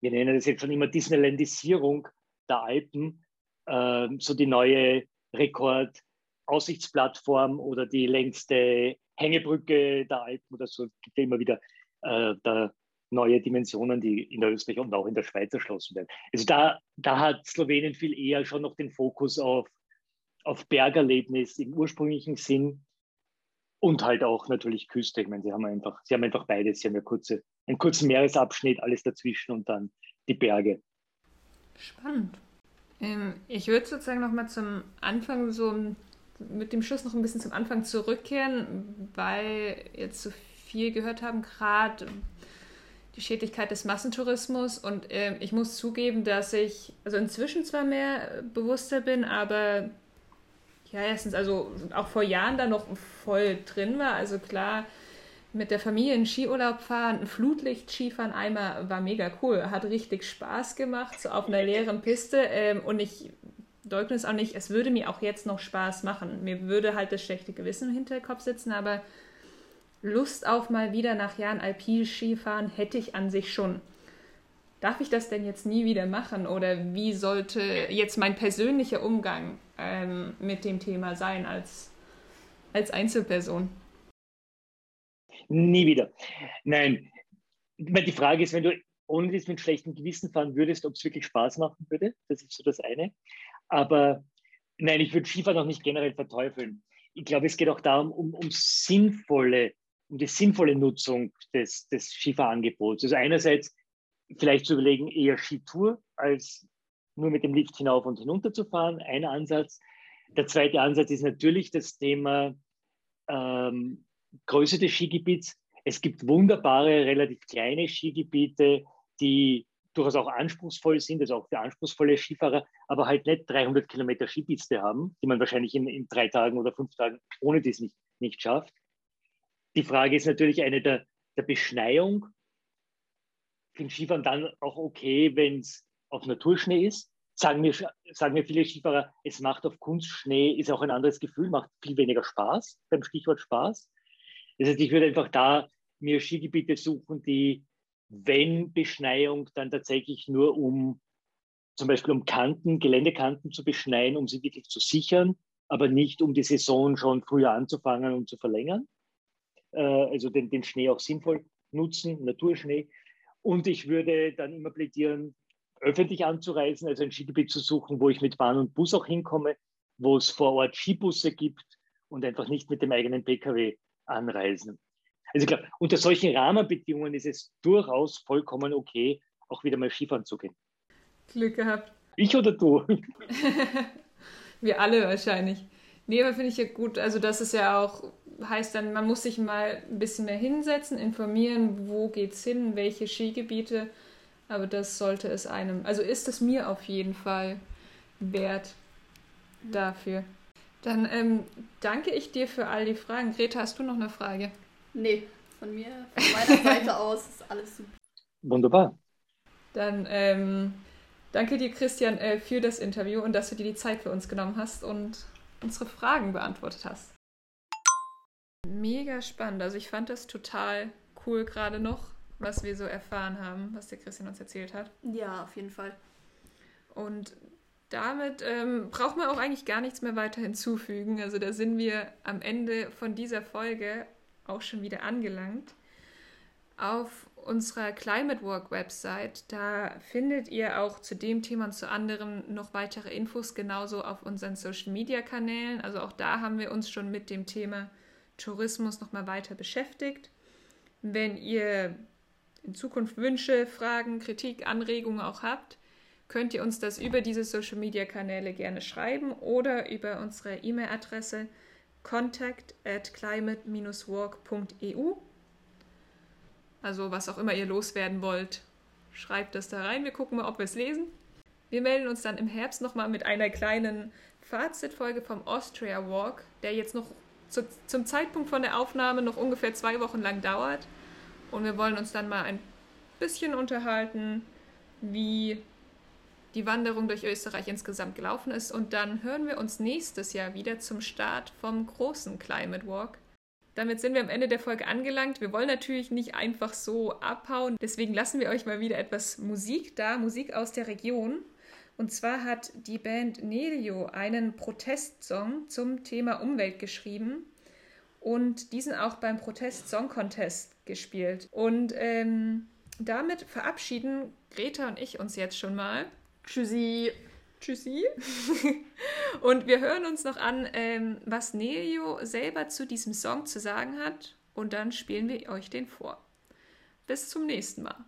wir nennen das jetzt schon immer Disneylandisierung der Alpen, so die neue Rekord-Aussichtsplattform oder die längste Hängebrücke der Alpen oder so. Es gibt ja immer wieder da neue Dimensionen, die in der Österreich und auch in der Schweiz erschlossen werden. Also da hat Slowenien viel eher schon noch den Fokus auf Bergerlebnis im ursprünglichen Sinn und halt auch natürlich Küste. Ich meine, sie haben einfach beides. Sie haben ja einen kurzen Meeresabschnitt, alles dazwischen und dann die Berge. Spannend. Ich würde sozusagen nochmal zum Anfang mit dem Schuss noch ein bisschen zum Anfang zurückkehren, weil wir jetzt so viel gehört haben, gerade die Schädlichkeit des Massentourismus. Und ich muss zugeben, dass ich inzwischen zwar mehr bewusster bin, aber ja, erstens, also auch vor Jahren da noch voll drin war. Also klar, mit der Familie in Skiurlaub fahren, ein Flutlicht-Skifahren einmal war mega cool. Hat richtig Spaß gemacht, so auf einer leeren Piste. Und ich leugne es auch nicht, es würde mir auch jetzt noch Spaß machen. Mir würde halt das schlechte Gewissen im Hinterkopf sitzen, aber Lust auf mal wieder nach Jahren Alpin-Skifahren hätte ich an sich schon. Darf ich das denn jetzt nie wieder machen? Oder wie sollte jetzt mein persönlicher Umgang mit dem Thema sein als Einzelperson? Nie wieder. Nein. Die Frage ist, wenn du ohne das mit schlechtem Gewissen fahren würdest, ob es wirklich Spaß machen würde. Das ist so das eine. Aber nein, ich würde Skifahren auch nicht generell verteufeln. Ich glaube, es geht auch darum, um die sinnvolle Nutzung des Skifahrangebots. Also einerseits vielleicht zu überlegen, eher Skitour als nur mit dem Lift hinauf und hinunter zu fahren. Ein Ansatz. Der zweite Ansatz ist natürlich das Thema Größe des Skigebiets. Es gibt wunderbare, relativ kleine Skigebiete, die durchaus auch anspruchsvoll sind, also auch für anspruchsvolle Skifahrer, aber halt nicht 300 Kilometer Skipiste haben, die man wahrscheinlich in 3 Tagen oder 5 Tagen ohne dies nicht schafft. Die Frage ist natürlich eine der Beschneiung. Ich finde Skifahren dann auch okay, wenn es auf Naturschnee ist. Sagen mir viele Skifahrer, es macht auf Kunstschnee, ist auch ein anderes Gefühl, macht viel weniger Spaß, beim Stichwort Spaß. Das heißt, ich würde einfach da mir Skigebiete suchen, die, wenn Beschneiung, dann tatsächlich nur zum Beispiel um Geländekanten zu beschneien, um sie wirklich zu sichern, aber nicht um die Saison schon früher anzufangen und zu verlängern. Also den Schnee auch sinnvoll nutzen, Naturschnee. Und ich würde dann immer plädieren, öffentlich anzureisen, also ein Skigebiet zu suchen, wo ich mit Bahn und Bus auch hinkomme, wo es vor Ort Skibusse gibt und einfach nicht mit dem eigenen PKW anreisen. Also ich glaube, unter solchen Rahmenbedingungen ist es durchaus vollkommen okay, auch wieder mal Skifahren zu gehen. Glück gehabt. Ich oder du? Wir alle wahrscheinlich. Nee, aber finde ich ja gut. Also das ist ja auch, heißt dann, man muss sich mal ein bisschen mehr hinsetzen, informieren, wo geht's hin, welche Skigebiete. Aber das sollte es also ist es mir auf jeden Fall wert dafür. Dann danke ich dir für all die Fragen. Greta, hast du noch eine Frage? Nee, von meiner Seite aus ist alles super. Wunderbar. Dann danke dir, Christian, für das Interview und dass du dir die Zeit für uns genommen hast und unsere Fragen beantwortet hast. Mega spannend. Also ich fand das total cool gerade noch, was wir so erfahren haben, was der Christian uns erzählt hat. Ja, auf jeden Fall. Und damit braucht man auch eigentlich gar nichts mehr weiter hinzufügen. Also da sind wir am Ende von dieser Folge auch schon wieder angelangt. Auf unserer Climate Walk Website, da findet ihr auch zu dem Thema und zu anderen noch weitere Infos, genauso auf unseren Social Media Kanälen. Also auch da haben wir uns schon mit dem Thema Tourismus nochmal weiter beschäftigt. Wenn ihr in Zukunft Wünsche, Fragen, Kritik, Anregungen auch habt, könnt ihr uns das über diese Social Media Kanäle gerne schreiben oder über unsere E-Mail-Adresse contact@climate-walk.eu. Also was auch immer ihr loswerden wollt, schreibt das da rein. Wir gucken mal, ob wir es lesen. Wir melden uns dann im Herbst nochmal mit einer kleinen Fazitfolge vom Austria Walk, der jetzt noch zum Zeitpunkt von der Aufnahme noch ungefähr 2 Wochen lang dauert. Und wir wollen uns dann mal ein bisschen unterhalten, wie die Wanderung durch Österreich insgesamt gelaufen ist. Und dann hören wir uns nächstes Jahr wieder zum Start vom großen Climate Walk. Damit sind wir am Ende der Folge angelangt. Wir wollen natürlich nicht einfach so abhauen. Deswegen lassen wir euch mal wieder etwas Musik da, Musik aus der Region. Und zwar hat die Band Nelio einen Protestsong zum Thema Umwelt geschrieben und diesen auch beim Protest Song Contest gespielt. Und damit verabschieden Greta und ich uns jetzt schon mal. Tschüssi. Tschüssi. Und wir hören uns noch an, was Nelio selber zu diesem Song zu sagen hat. Und dann spielen wir euch den vor. Bis zum nächsten Mal.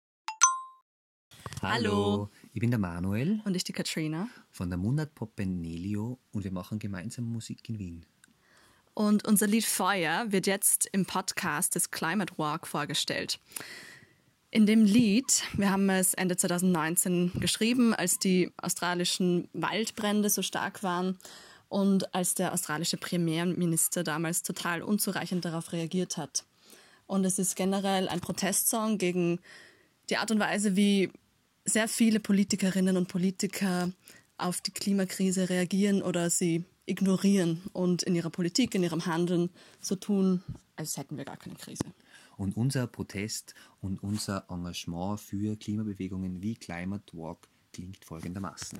Hallo, ich bin der Manuel. Und ich die Katrina. Von der Mundart-Popband Nelio und wir machen gemeinsam Musik in Wien. Und unser Lied Feuer wird jetzt im Podcast des Climate Walk vorgestellt. In dem Lied, wir haben es Ende 2019 geschrieben, als die australischen Waldbrände so stark waren und als der australische Premierminister damals total unzureichend darauf reagiert hat. Und es ist generell ein Protestsong gegen die Art und Weise, wie sehr viele Politikerinnen und Politiker auf die Klimakrise reagieren oder sie ignorieren und in ihrer Politik, in ihrem Handeln so tun, als hätten wir gar keine Krise. Und unser Protest und unser Engagement für Klimabewegungen wie Climate Walk klingt folgendermaßen.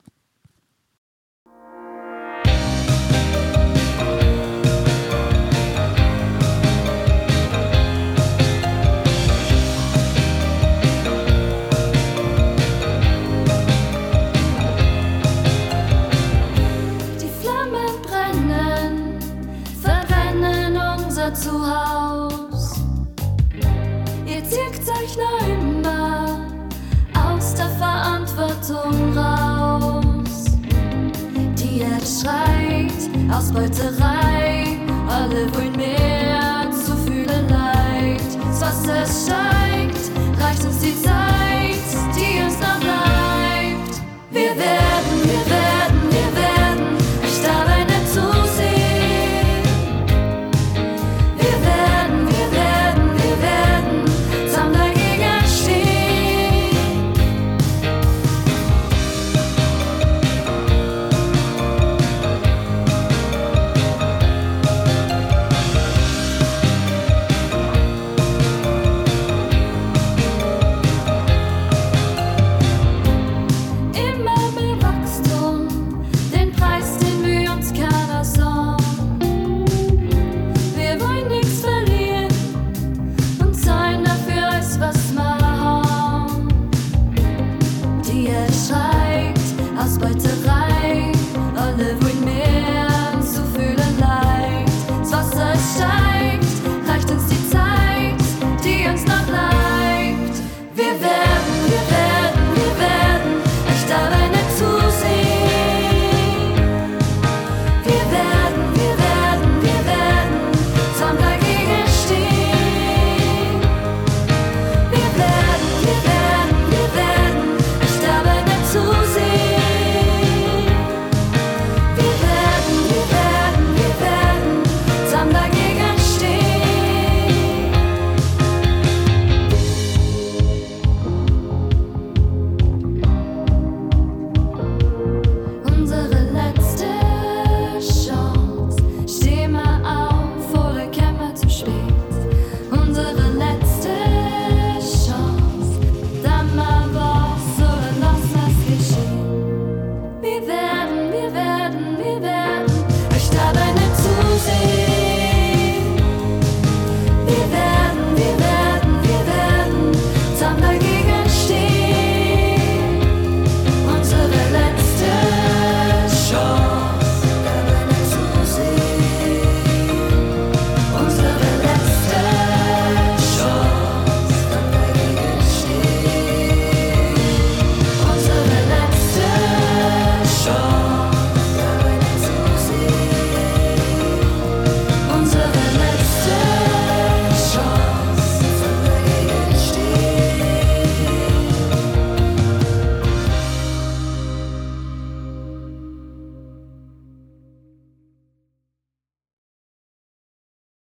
Die Flammen brennen, verrennen unser Zuhause. Ihr zieht euch noch immer aus der Verantwortung raus. Die Erde schreit, Ausbeuterei, alle